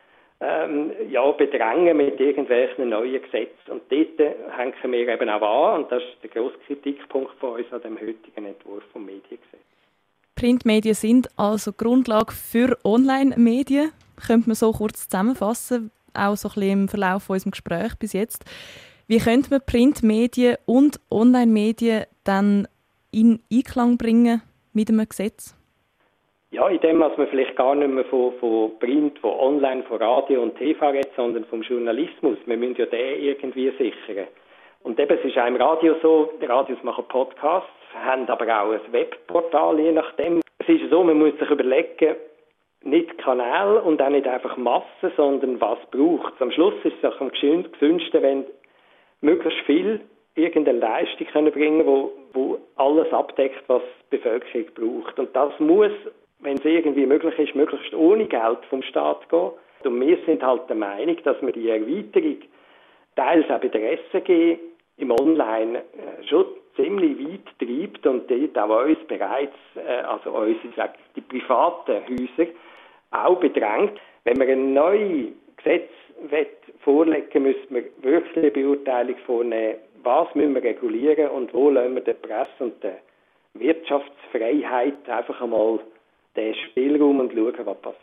ähm, ja, bedrängen mit irgendwelchen neuen Gesetzen. Und dort hängen wir eben auch an. Und das ist der grosse Kritikpunkt von uns an dem heutigen Entwurf vom Mediengesetz. Printmedien sind also Grundlage für Online-Medien. Könnte man so kurz zusammenfassen, auch so ein bisschen im Verlauf von unserem Gespräch bis jetzt. Wie könnte man Printmedien und Online-Medien dann in Einklang bringen mit einem Gesetz? Ja, in dem, dass man vielleicht gar nicht mehr von, von Print, von Online, von Radio und T V redet, sondern vom Journalismus. Wir müssen ja den irgendwie sichern. Und eben, es ist auch im Radio so, die Radios machen Podcasts, haben aber auch ein Webportal, je nachdem. Es ist so, man muss sich überlegen, nicht Kanal und auch nicht einfach Massen, sondern was braucht es. Am Schluss ist es auch am gesündesten, wenn möglichst viel irgendeine Leistung können bringen, wo, wo alles abdeckt, was die Bevölkerung braucht. Und das muss, wenn es irgendwie möglich ist, möglichst ohne Geld vom Staat gehen. Und wir sind halt der Meinung, dass man die Erweiterung teils auch bei der S R G im Online äh, schon ziemlich weit treibt und dort auch uns bereits, äh, also uns, ich sage, die privaten Häuser auch bedrängt. Wenn man ein neues Gesetz vorlegen will, müssen wir wirklich eine Beurteilung vornehmen, was müssen wir regulieren und wo lassen wir der Presse und der Wirtschaftsfreiheit einfach einmal den Spielraum und schauen, was passiert.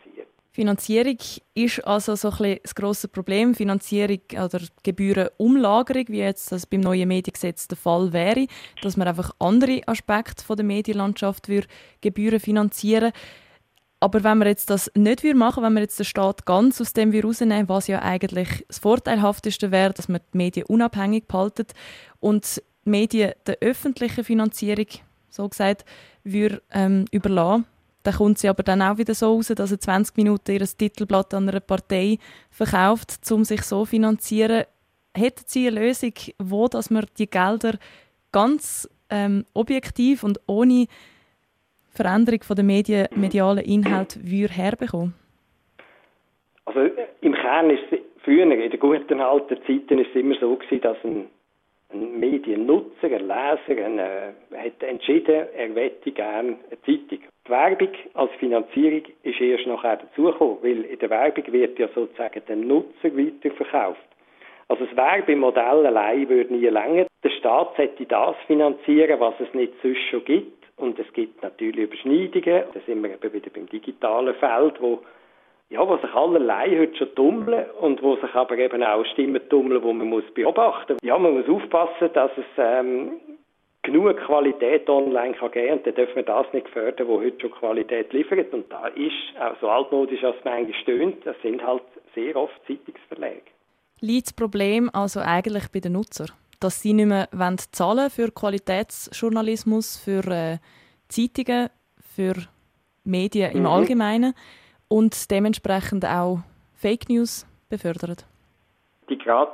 Finanzierung ist also so ein bisschen das grosse Problem. Finanzierung oder Gebührenumlagerung, wie jetzt das beim neuen Mediengesetz der Fall wäre, dass man einfach andere Aspekte von der Medienlandschaft für Gebühren finanzieren. Aber wenn wir jetzt das nicht machen würden, wenn wir jetzt den Staat ganz aus dem rausnehmen, was ja eigentlich das Vorteilhafteste wäre, dass man die Medien unabhängig behalten und die Medien der öffentlichen Finanzierung, so gesagt, würde, ähm, überlassen, dann kommt sie aber dann auch wieder so raus, dass er zwanzig Minuten ihr Titelblatt an einer Partei verkauft, um sich so zu finanzieren. Hätten Sie eine Lösung, wo dass man die Gelder ganz ähm, objektiv und ohne Veränderung von der Medien, medialen Inhalte herbekommen? Also im Kern ist es früher, in den guten alten Zeiten, ist es immer so gewesen, dass ein, ein Mediennutzer, ein Leser, ein, äh, hat entschieden, er möchte gerne eine Zeitung. Die Werbung als Finanzierung ist erst nachher dazugekommen, weil in der Werbung wird ja sozusagen der Nutzer weiterverkauft. Also das Werbemodell allein würde nie länger. Der Staat sollte das finanzieren, was es nicht sonst schon gibt. Und es gibt natürlich Überschneidungen. Da sind wir eben wieder beim digitalen Feld, wo, ja, wo sich allerlei heute schon tummeln und wo sich aber eben auch Stimmen tummeln, die man muss beobachten muss. Ja, man muss aufpassen, dass es ähm, genug Qualität online kann geben und dann dürfen wir das nicht fördern, wo heute schon Qualität liefert. Und da ist, auch so altmodisch als es manchmal stöhnt, das sind halt sehr oft Zeitungsverlage. Liegt das Problem also eigentlich bei den Nutzern? Dass sie nicht mehr zahlen für Qualitätsjournalismus, für äh, Zeitungen, für Medien im mhm. Allgemeinen und dementsprechend auch Fake News befördern? Die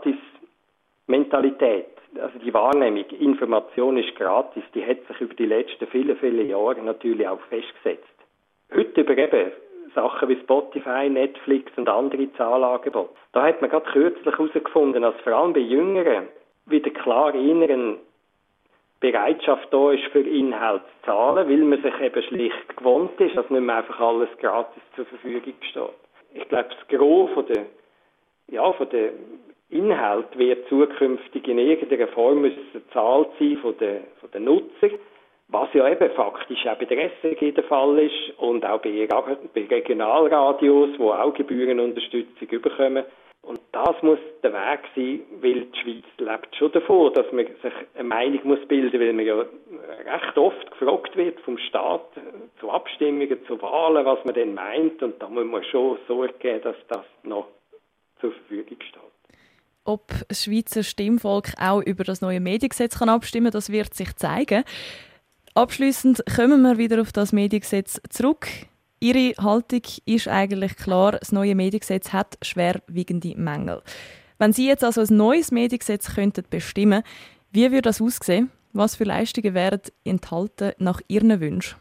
Gratis-Mentalität, also die Wahrnehmung, Information ist gratis, die hat sich über die letzten viele, viele Jahre natürlich auch festgesetzt. Heute über eben Sachen wie Spotify, Netflix und andere Zahlangebote. Da hat man gerade kürzlich herausgefunden, dass vor allem bei Jüngeren wieder klar inneren Bereitschaft da ist, für Inhalt zu zahlen, weil man sich eben schlicht gewohnt ist, dass nicht mehr einfach alles gratis zur Verfügung steht. Ich glaube, das Gros von der, ja, von der Inhalt wird zukünftig in irgendeiner Form bezahlt sein von den, von den Nutzern, was ja eben faktisch auch bei der S R G der Fall ist und auch bei, bei Regionalradios, die auch Gebührenunterstützung bekommen. Und das muss der Weg sein, weil die Schweiz lebt schon davon, dass man sich eine Meinung muss bilden, weil man ja recht oft gefragt wird vom Staat zu Abstimmungen, zu Wahlen, was man denn meint. Und da muss man schon Sorge geben, dass das noch zur Verfügung steht. Ob das Schweizer Stimmvolk auch über das neue Mediengesetz kann abstimmen kann, das wird sich zeigen. Abschliessend kommen wir wieder auf das Mediengesetz zurück. Ihre Haltung ist eigentlich klar, das neue Mediengesetz hat schwerwiegende Mängel. Wenn Sie jetzt also ein neues Mediengesetz könnten bestimmen, wie würde das aussehen? Was für Leistungen wären enthalten nach Ihren Wünschen?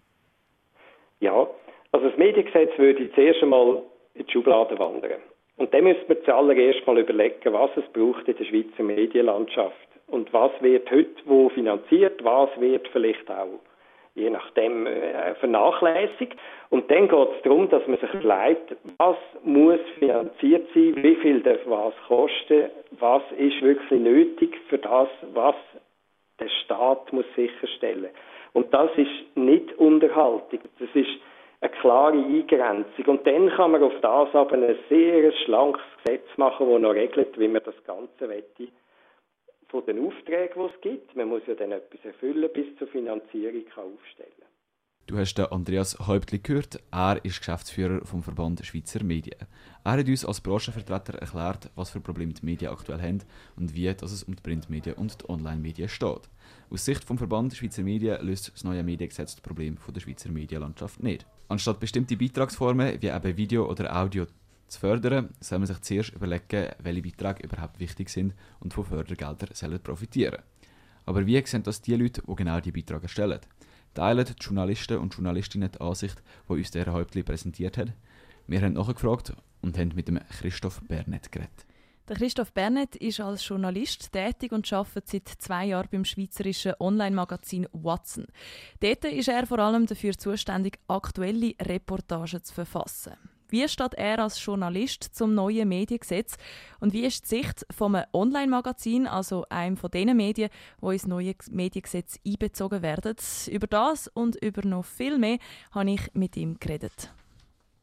Ja, also das Mediengesetz würde zuerst einmal in die Schublade wandern. Und dann müsste man zuallererst mal überlegen, was es braucht in der Schweizer Medienlandschaft. Und was wird heute wo finanziert, was wird vielleicht auch je nachdem äh, vernachlässigt. Und dann geht es darum, dass man sich überlegt, was muss finanziert sein, wie viel darf was kosten, was ist wirklich nötig für das, was der Staat muss sicherstellen. Und das ist nicht Unterhaltung, das ist eine klare Eingrenzung. Und dann kann man auf das aber ein sehr schlankes Gesetz machen, das noch regelt, wie man das Ganze wette. Von den Aufträgen, die es gibt. Man muss ja dann etwas erfüllen, bis zur Finanzierung kann aufstellen. Du hast den Andreas Häuptli gehört. Er ist Geschäftsführer vom Verband Schweizer Medien. Er hat uns als Branchenvertreter erklärt, was für Probleme die Medien aktuell haben und wie dass es um die Printmedien und die Online-Medien steht. Aus Sicht vom Verband Schweizer Medien löst das neue Mediengesetz das Problem der Schweizer Medienlandschaft nicht. Anstatt bestimmte Beitragsformen wie eben Video oder Audio zu fördern, soll man sich zuerst überlegen, welche Beiträge überhaupt wichtig sind und von Fördergeldern sollen profitieren. Aber wie sehen das die Leute, die genau diese Beiträge erstellen? Teilen die Journalisten und Journalistinnen die Ansicht, die uns der Häuptli präsentiert hat? Wir haben nachgefragt und haben mit dem Christoph Bernet geredet. Der Christoph Bernet ist als Journalist tätig und arbeitet seit zwei Jahren beim schweizerischen Online-Magazin Watson. Dort ist er vor allem dafür zuständig, aktuelle Reportagen zu verfassen. Wie steht er als Journalist zum neuen Mediengesetz und wie ist die Sicht vom Online-Magazin, also einem von den Medien, die ins neue Mediengesetz einbezogen werden? Über das und über noch viel mehr habe ich mit ihm geredet.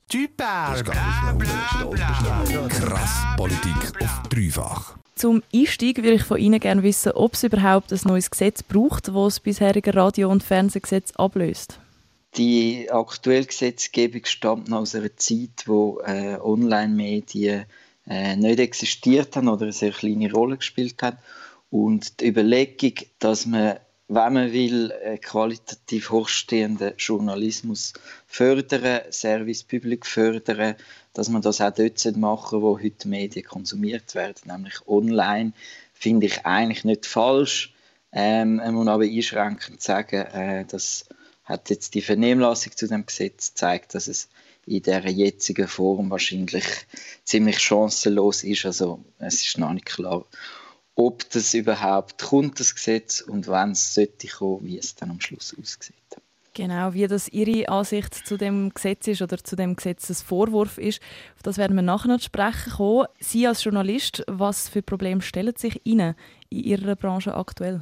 Tu parles, bla bla bla. Krass Politik auf dreifach. Zum Einstieg würde ich von Ihnen gerne wissen, ob es überhaupt ein neues Gesetz braucht, das das bisherige Radio- und Fernsehgesetz ablöst. Die aktuelle Gesetzgebung stammt aus einer Zeit, wo äh, Online-Medien äh, nicht existiert haben oder eine sehr kleine Rolle gespielt haben. Und die Überlegung, dass man, wenn man will, äh, qualitativ hochstehenden Journalismus fördern, Service Public fördern, dass man das auch dort machen, wo heute Medien konsumiert werden, nämlich online, finde ich eigentlich nicht falsch. Ähm, man muss aber einschränkend sagen, äh, dass hat jetzt die Vernehmlassung zu dem Gesetz gezeigt, dass es in der jetzigen Form wahrscheinlich ziemlich chancenlos ist. Also es ist noch nicht klar, ob das überhaupt kommt, das Gesetz, und wenn es sollte kommen, wie es dann am Schluss aussieht. Genau, wie das Ihre Ansicht zu dem Gesetz ist oder zu dem Gesetzesvorwurf ist, auf das werden wir nachher noch zu sprechen kommen. Sie als Journalist, was für Probleme stellen sich Ihnen in Ihrer Branche aktuell?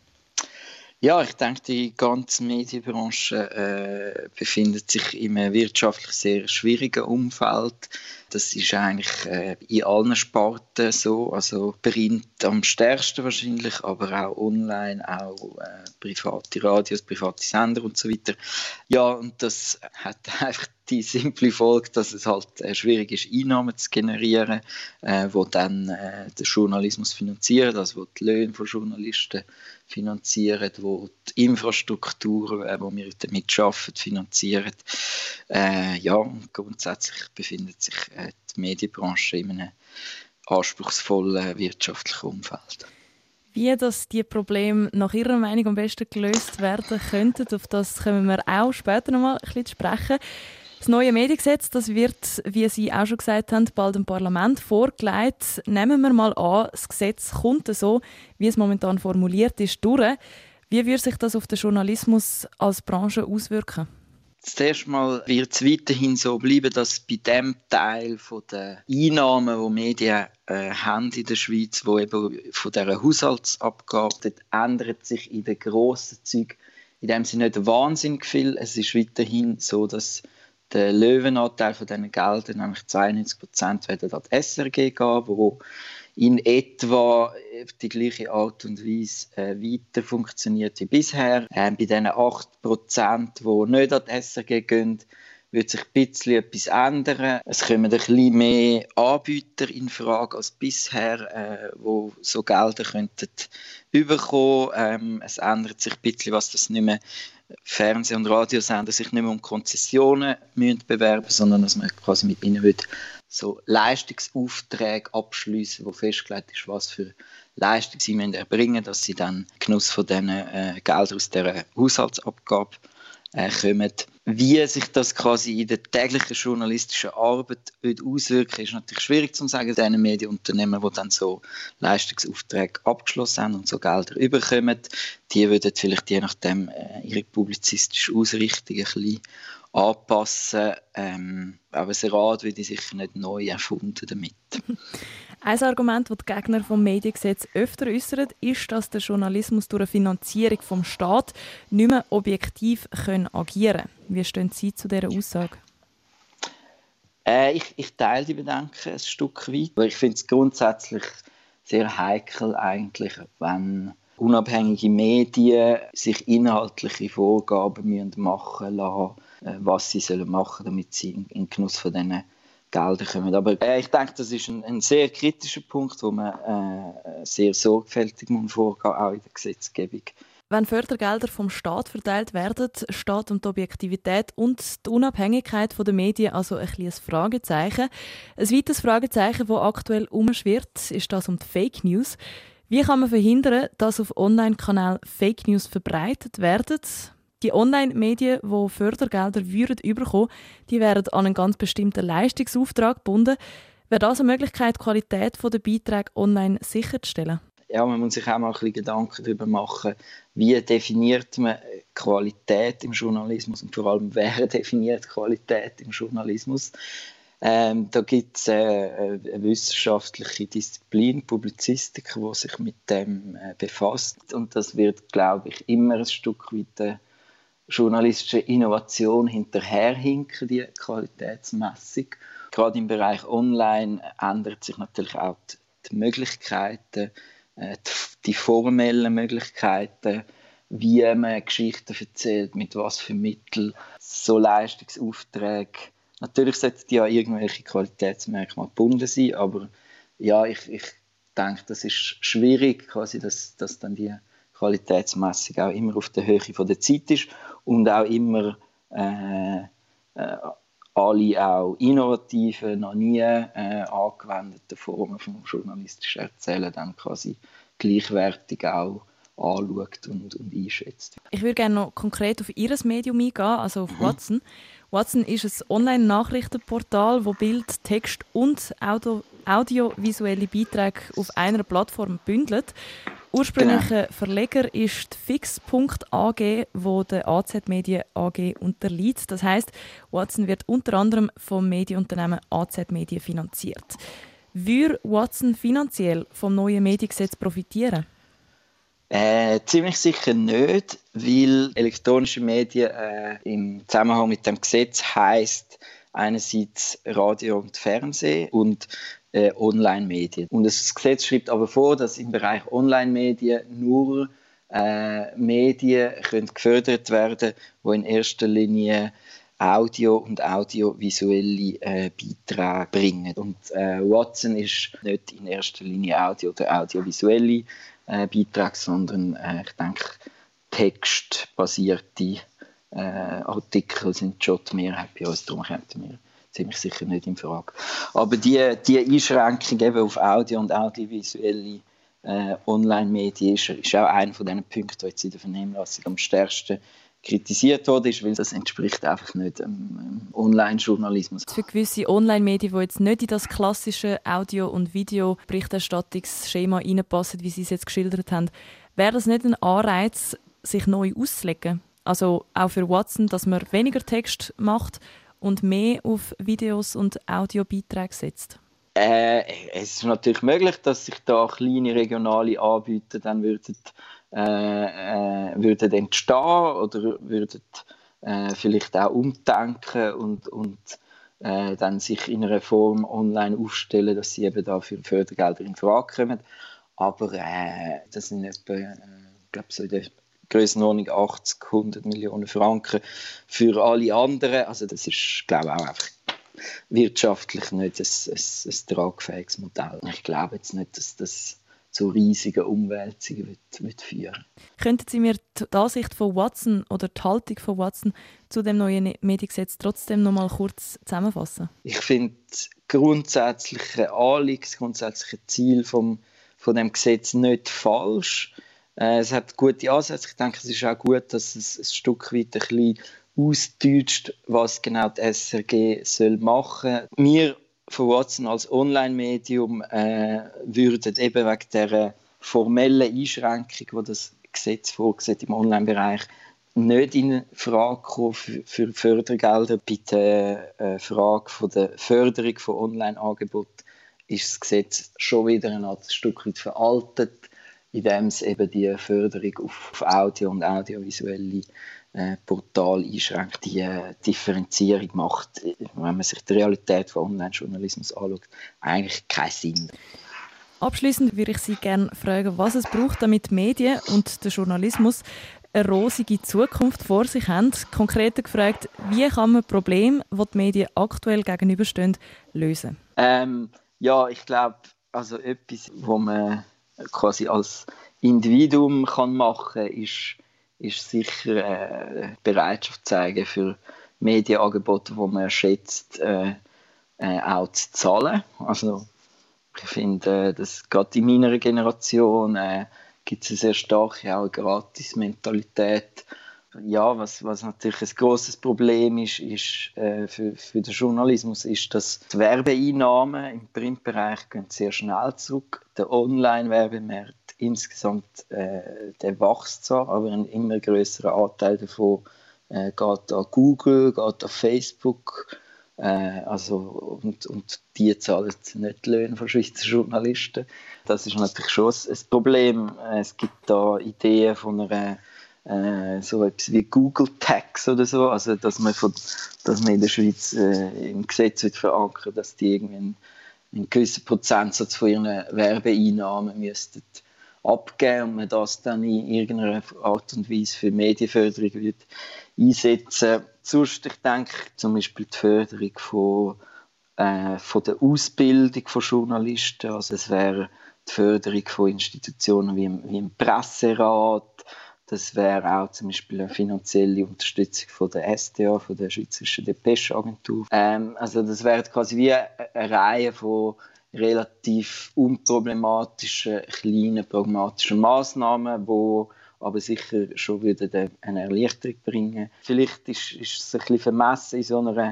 Ja, ich denke, die ganze Medienbranche äh, befindet sich in einem wirtschaftlich sehr schwierigen Umfeld. Das ist eigentlich äh, in allen Sparten so, also Print am stärksten wahrscheinlich, aber auch online, auch äh, private Radios, private Sender und so weiter. Ja, und das hat einfach die simple Folge, dass es halt äh, schwierig ist, Einnahmen zu generieren, äh, wo dann äh, den Journalismus finanzieren, also wo die Löhne von Journalisten finanzieren, wo die Infrastruktur, äh, wo wir damit arbeiten, finanzieren. Äh, ja, und grundsätzlich befindet sich äh, die Medienbranche in einem anspruchsvollen wirtschaftlichen Umfeld. Wie das die Probleme nach Ihrer Meinung am besten gelöst werden könnten, auf das kommen wir auch später noch mal ein bisschen zu sprechen. Das neue Mediengesetz, das wird, wie Sie auch schon gesagt haben, bald dem Parlament vorgelegt. Nehmen wir mal an, das Gesetz kommt so, wie es momentan formuliert ist, durch. Wie würde sich das auf den Journalismus als Branche auswirken? Zuerst mal wird es weiterhin so bleiben, dass bei dem Teil der Einnahmen, die Medien äh, haben in der Schweiz, wo eben von dieser Haushaltsabgabe, dort ändert sich in den grossen Zügen in dem Sinne nicht wahnsinnig viel. Es ist weiterhin so, dass der Löwenanteil von diesen Geldern, nämlich zweiundneunzig Prozent, werden an die S R G gehen, wo in etwa auf die gleiche Art und Weise äh, weiter funktioniert wie bisher. Ähm, bei diesen acht Prozent, die nicht an die S R G gehen, wird sich ein bisschen etwas ändern. Es kommen ein bisschen mehr Anbieter in Frage als bisher, äh, wo so Gelder könnten überkommen. Ähm, es ändert sich ein bisschen, was das nicht mehr Fernseh- und Radiosender sich nicht mehr um Konzessionen müssen bewerben, sondern dass man quasi mit ihnen will, so Leistungsaufträge abschließen, wo festgelegt ist, was für Leistungen sie müssen erbringen, dass sie dann Genuss von diesen äh, Geldern aus dieser Haushaltsabgabe äh, kommen. Wie sich das quasi in der täglichen journalistischen Arbeit auswirken, ist natürlich schwierig zu sagen. Die Medienunternehmen, die dann so Leistungsaufträge abgeschlossen haben und so Gelder überkommen, die würden vielleicht je nachdem äh, ihre publizistische Ausrichtung ein bisschen anpassen. Ähm, aber das Rad würde ich sicher nicht neu erfunden damit. Ein Argument, das die Gegner des Mediengesetzes öfter äußern, ist, dass der Journalismus durch eine Finanzierung vom Staat nicht mehr objektiv agieren kann. Wie stehen Sie zu dieser Aussage? Äh, ich, ich teile die Bedenken ein Stück weit. Ich finde es grundsätzlich sehr heikel, eigentlich, wenn unabhängige Medien sich inhaltliche Vorgaben machen lassen, was sie machen sollen, damit sie in den Genuss von diesen Geldern kommen. Aber äh, ich denke, das ist ein, ein sehr kritischer Punkt, wo man äh, sehr sorgfältig muss vorgehen, auch in der Gesetzgebung. Wenn Fördergelder vom Staat verteilt werden, steht um die Objektivität und die Unabhängigkeit der Medien also ein kleines Fragezeichen. Ein weiteres Fragezeichen, das aktuell umschwirrt, ist das um die Fake News. Wie kann man verhindern, dass auf Online-Kanälen Fake News verbreitet werden? Die Online-Medien, die Fördergelder würden bekommen, die werden an einen ganz bestimmten Leistungsauftrag gebunden. Wäre das eine Möglichkeit, die Qualität der Beiträge online sicherzustellen? Ja, man muss sich auch mal ein bisschen Gedanken darüber machen, wie definiert man Qualität im Journalismus und vor allem, wer definiert Qualität im Journalismus. Ähm, da gibt es äh, eine wissenschaftliche Disziplin, Publizistik, die sich mit dem äh, befasst. Und das wird, glaube ich, immer ein Stück weit journalistische Innovation hinterherhinken, die Qualitätsmessung. Gerade im Bereich Online ändert sich natürlich auch die, die Möglichkeiten, äh, die, die formellen Möglichkeiten, wie man Geschichten erzählt, mit was für Mitteln, so Leistungsaufträge. Natürlich sollten die ja irgendwelche Qualitätsmerkmale gebunden sein, aber ja, ich, ich denke, das ist schwierig, quasi, dass, dass dann die Qualitätsmessung auch immer auf der Höhe von der Zeit ist und auch immer äh, äh, alle auch innovative, noch nie äh, angewendeten Formen vom journalistischen Erzählen dann quasi gleichwertig auch anschaut und, und einschätzt. Ich würde gerne noch konkret auf Ihr Medium eingehen, also auf Watson. Watson ist ein Online-Nachrichtenportal, das Bild, Text und Audio, audiovisuelle Beiträge auf einer Plattform bündelt. Ursprünglicher genau. Verleger ist Fix Punkt A G, wo der A Z Medien A G unterliegt. Das heisst, Watson wird unter anderem vom Medienunternehmen A Z Medien finanziert. Würde Watson finanziell vom neuen Mediengesetz profitieren? Äh, ziemlich sicher nicht, weil elektronische Medien äh, im Zusammenhang mit dem Gesetz heisst einerseits Radio und Fernsehen und äh, Online-Medien. Und das Gesetz schreibt aber vor, dass im Bereich Online-Medien nur äh, Medien können gefördert werden, die in erster Linie Audio und audiovisuelle äh, Beiträge bringen. Und äh, Watson ist nicht in erster Linie Audio oder audiovisuelle äh, Beiträge, sondern äh, ich denke, textbasierte äh, Artikel sind schon die Mehrheit bei uns, darum könnten wir ziemlich sicher nicht in Frage. Aber die, die Einschränkung eben auf Audio und audiovisuelle äh, Online-Medien ist, ist auch einer von diesen Punkten, die jetzt in der Vernehmlassung am stärksten kritisiert wurde, weil das entspricht einfach nicht dem Online-Journalismus. Für gewisse Online-Medien, die jetzt nicht in das klassische Audio- und Video-Berichterstattungsschema reinpassen, wie Sie es jetzt geschildert haben, wäre das nicht ein Anreiz, sich neu auszulegen? Also auch für Watson, dass man weniger Text macht und mehr auf Videos und Audiobeiträge setzt? Äh, es ist natürlich möglich, dass sich da kleine regionale Anbieter dann würden, äh, äh, würden entstehen oder würden äh, vielleicht auch umdenken und, und äh, dann sich in einer Form online aufstellen, dass sie eben da für Fördergelder in Frage kommen. Aber äh, das sind etwa, äh, ich glaube, so in der Grössenordnung achtzig, hundert Millionen Franken für alle anderen. Also das ist, glaube ich, auch einfach wirtschaftlich nicht ein, ein, ein tragfähiges Modell. Ich glaube jetzt nicht, dass das zu riesigen Umwälzungen wird, wird führen. Könnten Sie mir die Ansicht von Watson oder die Haltung von Watson zu dem neuen Mediengesetz trotzdem noch mal kurz zusammenfassen? Ich finde das grundsätzliche Anliegen, das grundsätzliche Ziel vom, von dem Gesetz nicht falsch. Äh, es hat gute Ansätze. Ich denke, es ist auch gut, dass es ein Stück weit ein bisschen ausdeutscht, was genau die S R G soll machen soll. Wir von Watson als Online-Medium äh, würden eben wegen dieser formellen Einschränkung, die das Gesetz vorsieht im Online-Bereich, nicht in Frage kommen für, für Fördergelder. Bei der äh, Frage von der Förderung von Online-Angeboten ist das Gesetz schon wieder ein Stück weit veraltet, indem es eben die Förderung auf, auf Audio und audiovisuelle äh, Portale einschränkt, die äh, Differenzierung macht, wenn man sich die Realität von Online-Journalismus anschaut, eigentlich keinen Sinn. Abschließend würde ich Sie gerne fragen, was es braucht, damit die Medien und der Journalismus eine rosige Zukunft vor sich haben. Konkreter gefragt, wie kann man Probleme, die die Medien aktuell gegenüberstehen, lösen? Ähm, ja, ich glaube, also etwas, was man quasi als Individuum kann machen kann, ist, ist sicher äh, Bereitschaft zeigen für Medienangebote, die man schätzt, äh, äh, auch zu zahlen. Also ich finde, äh, dass gerade in meiner Generation äh, gibt es eine sehr starke auch Gratis-Mentalität. Ja, was, was natürlich ein grosses Problem ist, ist äh, für, für den Journalismus, ist, dass die Werbeeinnahmen im Printbereich gehen sehr schnell zurück. Der Online-Werbemarkt insgesamt äh, der wächst zwar, aber ein immer grösserer Anteil davon äh, geht an Google, geht an Facebook. Äh, also, und, und die zahlen nicht die Löhne von Schweizer Journalisten. Das ist natürlich schon ein Problem. Es gibt da Ideen von einer äh, so etwas wie Google Tax oder so, also dass man, von, dass man in der Schweiz äh, im Gesetz wird verankern, dass die irgendwie einen, einen gewissen Prozentsatz von ihren Werbeeinnahmen müssten abgeben und man das dann in irgendeiner Art und Weise für Medienförderung wird einsetzen. Sonst, ich denke, zum Beispiel die Förderung von, äh, von der Ausbildung von Journalisten, also es wäre die Förderung von Institutionen wie im, wie im Presserat, das wäre auch zum Beispiel eine finanzielle Unterstützung von der S D A, von der Schweizerischen Depesche-Agentur. Ähm, also das wäre quasi wie eine, eine Reihe von relativ unproblematischen, kleinen, pragmatischen Massnahmen, die aber sicher schon wieder eine Erleichterung bringen. Vielleicht ist, ist es ein bisschen vermessen in so einer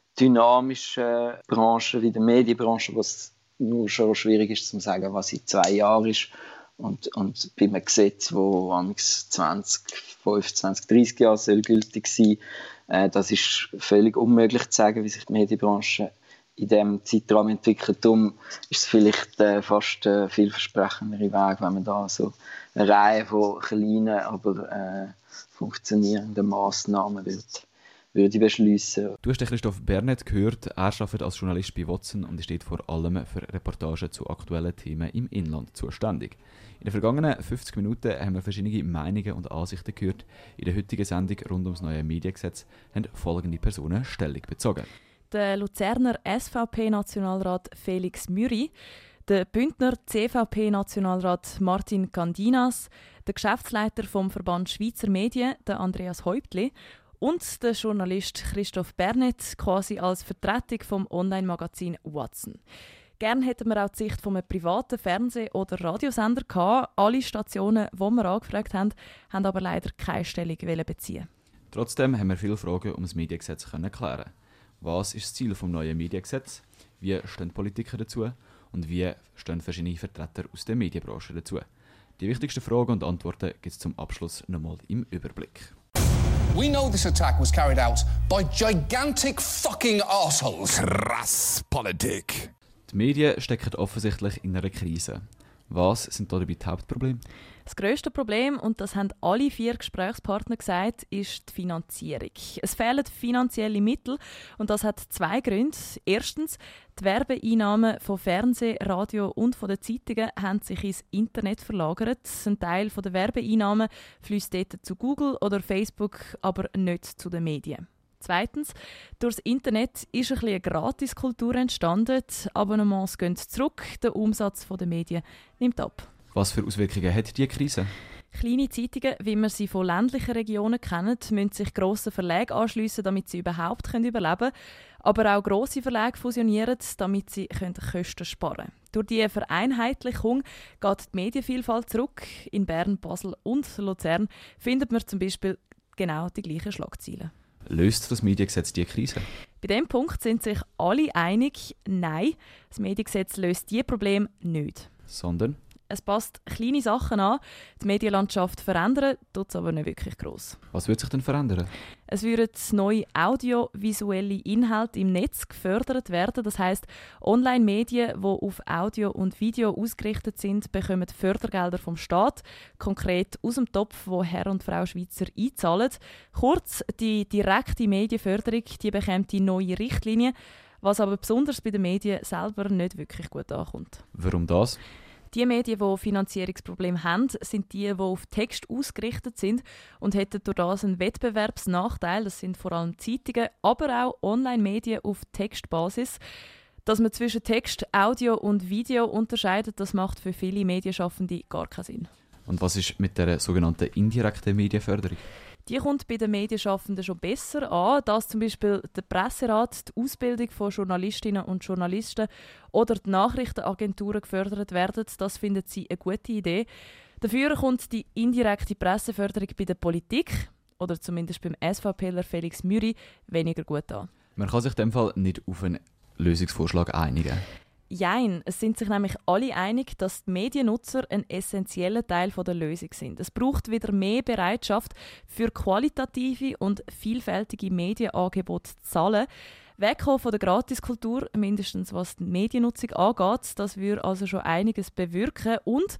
dynamischen Branche wie der Medienbranche, wo es nur schon schwierig ist zu sagen, was in zwei Jahren ist. Und, und bei einem Gesetz, das zwanzig, fünfundzwanzig, dreissig Jahre soll gültig sein soll, äh, das ist völlig unmöglich zu sagen, wie sich die Medienbranche in diesem Zeitraum entwickelt. Darum ist es vielleicht äh, fast ein vielversprechendere Weg, wenn man da so eine Reihe von kleinen, aber äh, funktionierenden Massnahmen wird, würde beschliessen. Du hast den Christoph Bernet gehört. Er arbeitet als Journalist bei Watson und steht vor allem für Reportagen zu aktuellen Themen im Inland zuständig. In den vergangenen fünfzig Minuten haben wir verschiedene Meinungen und Ansichten gehört. In der heutigen Sendung rund ums neue Mediengesetz haben folgende Personen Stellung bezogen. Der Luzerner S V P-Nationalrat Felix Müri, der Bündner C V P-Nationalrat Martin Candinas, der Geschäftsleiter vom Verband Schweizer Medien, der Andreas Häuptli, und der Journalist Christoph Bernet, quasi als Vertretung vom Online-Magazin Watson. Gerne hätten wir auch die Sicht von einem privaten Fernseh- oder Radiosender gehabt. Alle Stationen, die wir angefragt haben, haben aber leider keine Stellung beziehen. Trotzdem haben wir viele Fragen um das Mediengesetz klären. Was ist das Ziel des neuen Mediengesetzes? Wie stehen Politiker dazu? Und wie stehen verschiedene Vertreter aus der Medienbranche dazu? Die wichtigsten Fragen und Antworten gibt es zum Abschluss nochmal im Überblick. We know this attack was carried out by gigantic fucking assholes. Krass Politik. Die Medien stecken offensichtlich in einer Krise. Was sind dabei die Hauptprobleme? Das grösste Problem, und das haben alle vier Gesprächspartner gesagt, ist die Finanzierung. Es fehlen finanzielle Mittel und das hat zwei Gründe. Erstens, die Werbeeinnahmen von Fernsehen, Radio und von den Zeitungen haben sich ins Internet verlagert. Ein Teil der Werbeeinnahmen fließt dort zu Google oder Facebook, aber nicht zu den Medien. Zweitens, durch das Internet ist ein bisschen eine Gratiskultur entstanden. Abonnements gehen zurück, der Umsatz der Medien nimmt ab. Was für Auswirkungen hat diese Krise? Kleine Zeitungen, wie wir sie von ländlichen Regionen kennen, müssen sich grossen Verlagen anschliessen, damit sie überhaupt überleben können. Aber auch grosse Verlage fusionieren, damit sie Kosten sparen können. Durch diese Vereinheitlichung geht die Medienvielfalt zurück. In Bern, Basel und Luzern findet man zum Beispiel genau die gleichen Schlagzeilen. Löst das Mediengesetz diese Krise? Bei diesem Punkt sind sich alle einig, nein, das Mediengesetz löst diese Probleme nicht. Sondern? Es passt kleine Sachen an, die Medienlandschaft verändern, tut es aber nicht wirklich gross. Was wird sich denn verändern? Es würden neue audiovisuelle Inhalte im Netz gefördert werden. Das heisst, Online-Medien, die auf Audio und Video ausgerichtet sind, bekommen Fördergelder vom Staat, konkret aus dem Topf, wo Herr und Frau Schweizer einzahlen. Kurz, die direkte Medienförderung die bekommt die neue Richtlinie, was aber besonders bei den Medien selber nicht wirklich gut ankommt. Warum das? Die Medien, die Finanzierungsprobleme haben, sind die, die auf Text ausgerichtet sind und hätten durch das einen Wettbewerbsnachteil. Das sind vor allem Zeitungen, aber auch Online-Medien auf Textbasis. Dass man zwischen Text, Audio und Video unterscheidet, das macht für viele Medienschaffende gar keinen Sinn. Und was ist mit der sogenannten indirekten Medienförderung? Die kommt bei den Medienschaffenden schon besser an, dass zum Beispiel der Presserat, die Ausbildung von Journalistinnen und Journalisten oder die Nachrichtenagenturen gefördert werden. Das finden sie eine gute Idee. Dafür kommt die indirekte Presseförderung bei der Politik, oder zumindest beim SVPler Felix Müri, weniger gut an. Man kann sich in dem Fall nicht auf einen Lösungsvorschlag einigen. Jein, es sind sich nämlich alle einig, dass die Mediennutzer ein essentieller Teil der Lösung sind. Es braucht wieder mehr Bereitschaft, für qualitative und vielfältige Medienangebote zu zahlen. Wegkommen von der Gratiskultur, mindestens was die Mediennutzung angeht, das würde also schon einiges bewirken. Und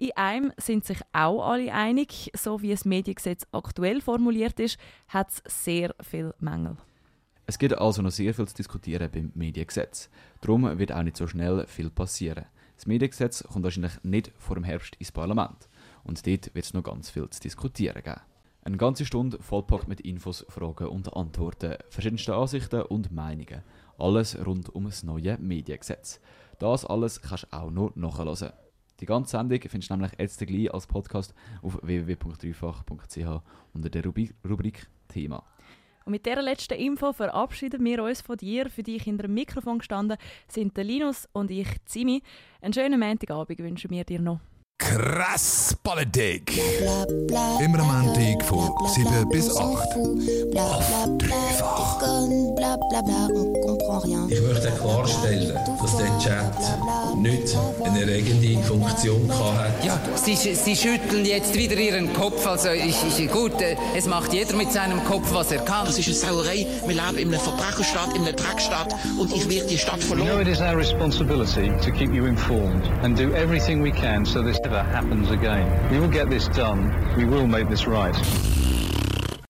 In einem sind sich auch alle einig. So wie das Mediengesetz aktuell formuliert ist, hat es sehr viele Mängel. Es gibt also noch sehr viel zu diskutieren beim Mediengesetz. Darum wird auch nicht so schnell viel passieren. Das Mediengesetz kommt wahrscheinlich nicht vor dem Herbst ins Parlament. Und dort wird es noch ganz viel zu diskutieren geben. Eine ganze Stunde vollpackt mit Infos, Fragen und Antworten, verschiedenste Ansichten und Meinungen. Alles rund um das neue Mediengesetz. Das alles kannst du auch noch nachhören. Die ganze Sendung findest du nämlich jetzt gleich als Podcast auf w w w punkt dreifach punkt c h unter der Rubrik, Rubrik Thema. Und mit dieser letzten Info verabschieden wir uns von dir. Für dich hinter dem Mikrofon gestanden sind der Linus und ich, Zimi. Einen schönen Montagabend wünschen wir dir noch. Krass Politik. Immer am Montag von sieben bis acht. Auf Dreifach. Ich möchte klarstellen, dass der Chat nicht eine erregende Funktion hatte. Ja, Sie, Sie schütteln jetzt wieder Ihren Kopf. Also ich, ich, gut, es macht jeder mit seinem Kopf, was er kann. Das ist eine Sauerei. Wir leben in einer Verbrecherstadt, in einer Dreckstadt und ich werde die Stadt verloren. You know, it is our responsibility to keep you informed and do everything we can so this never happens again. We will get this done. We will make this right.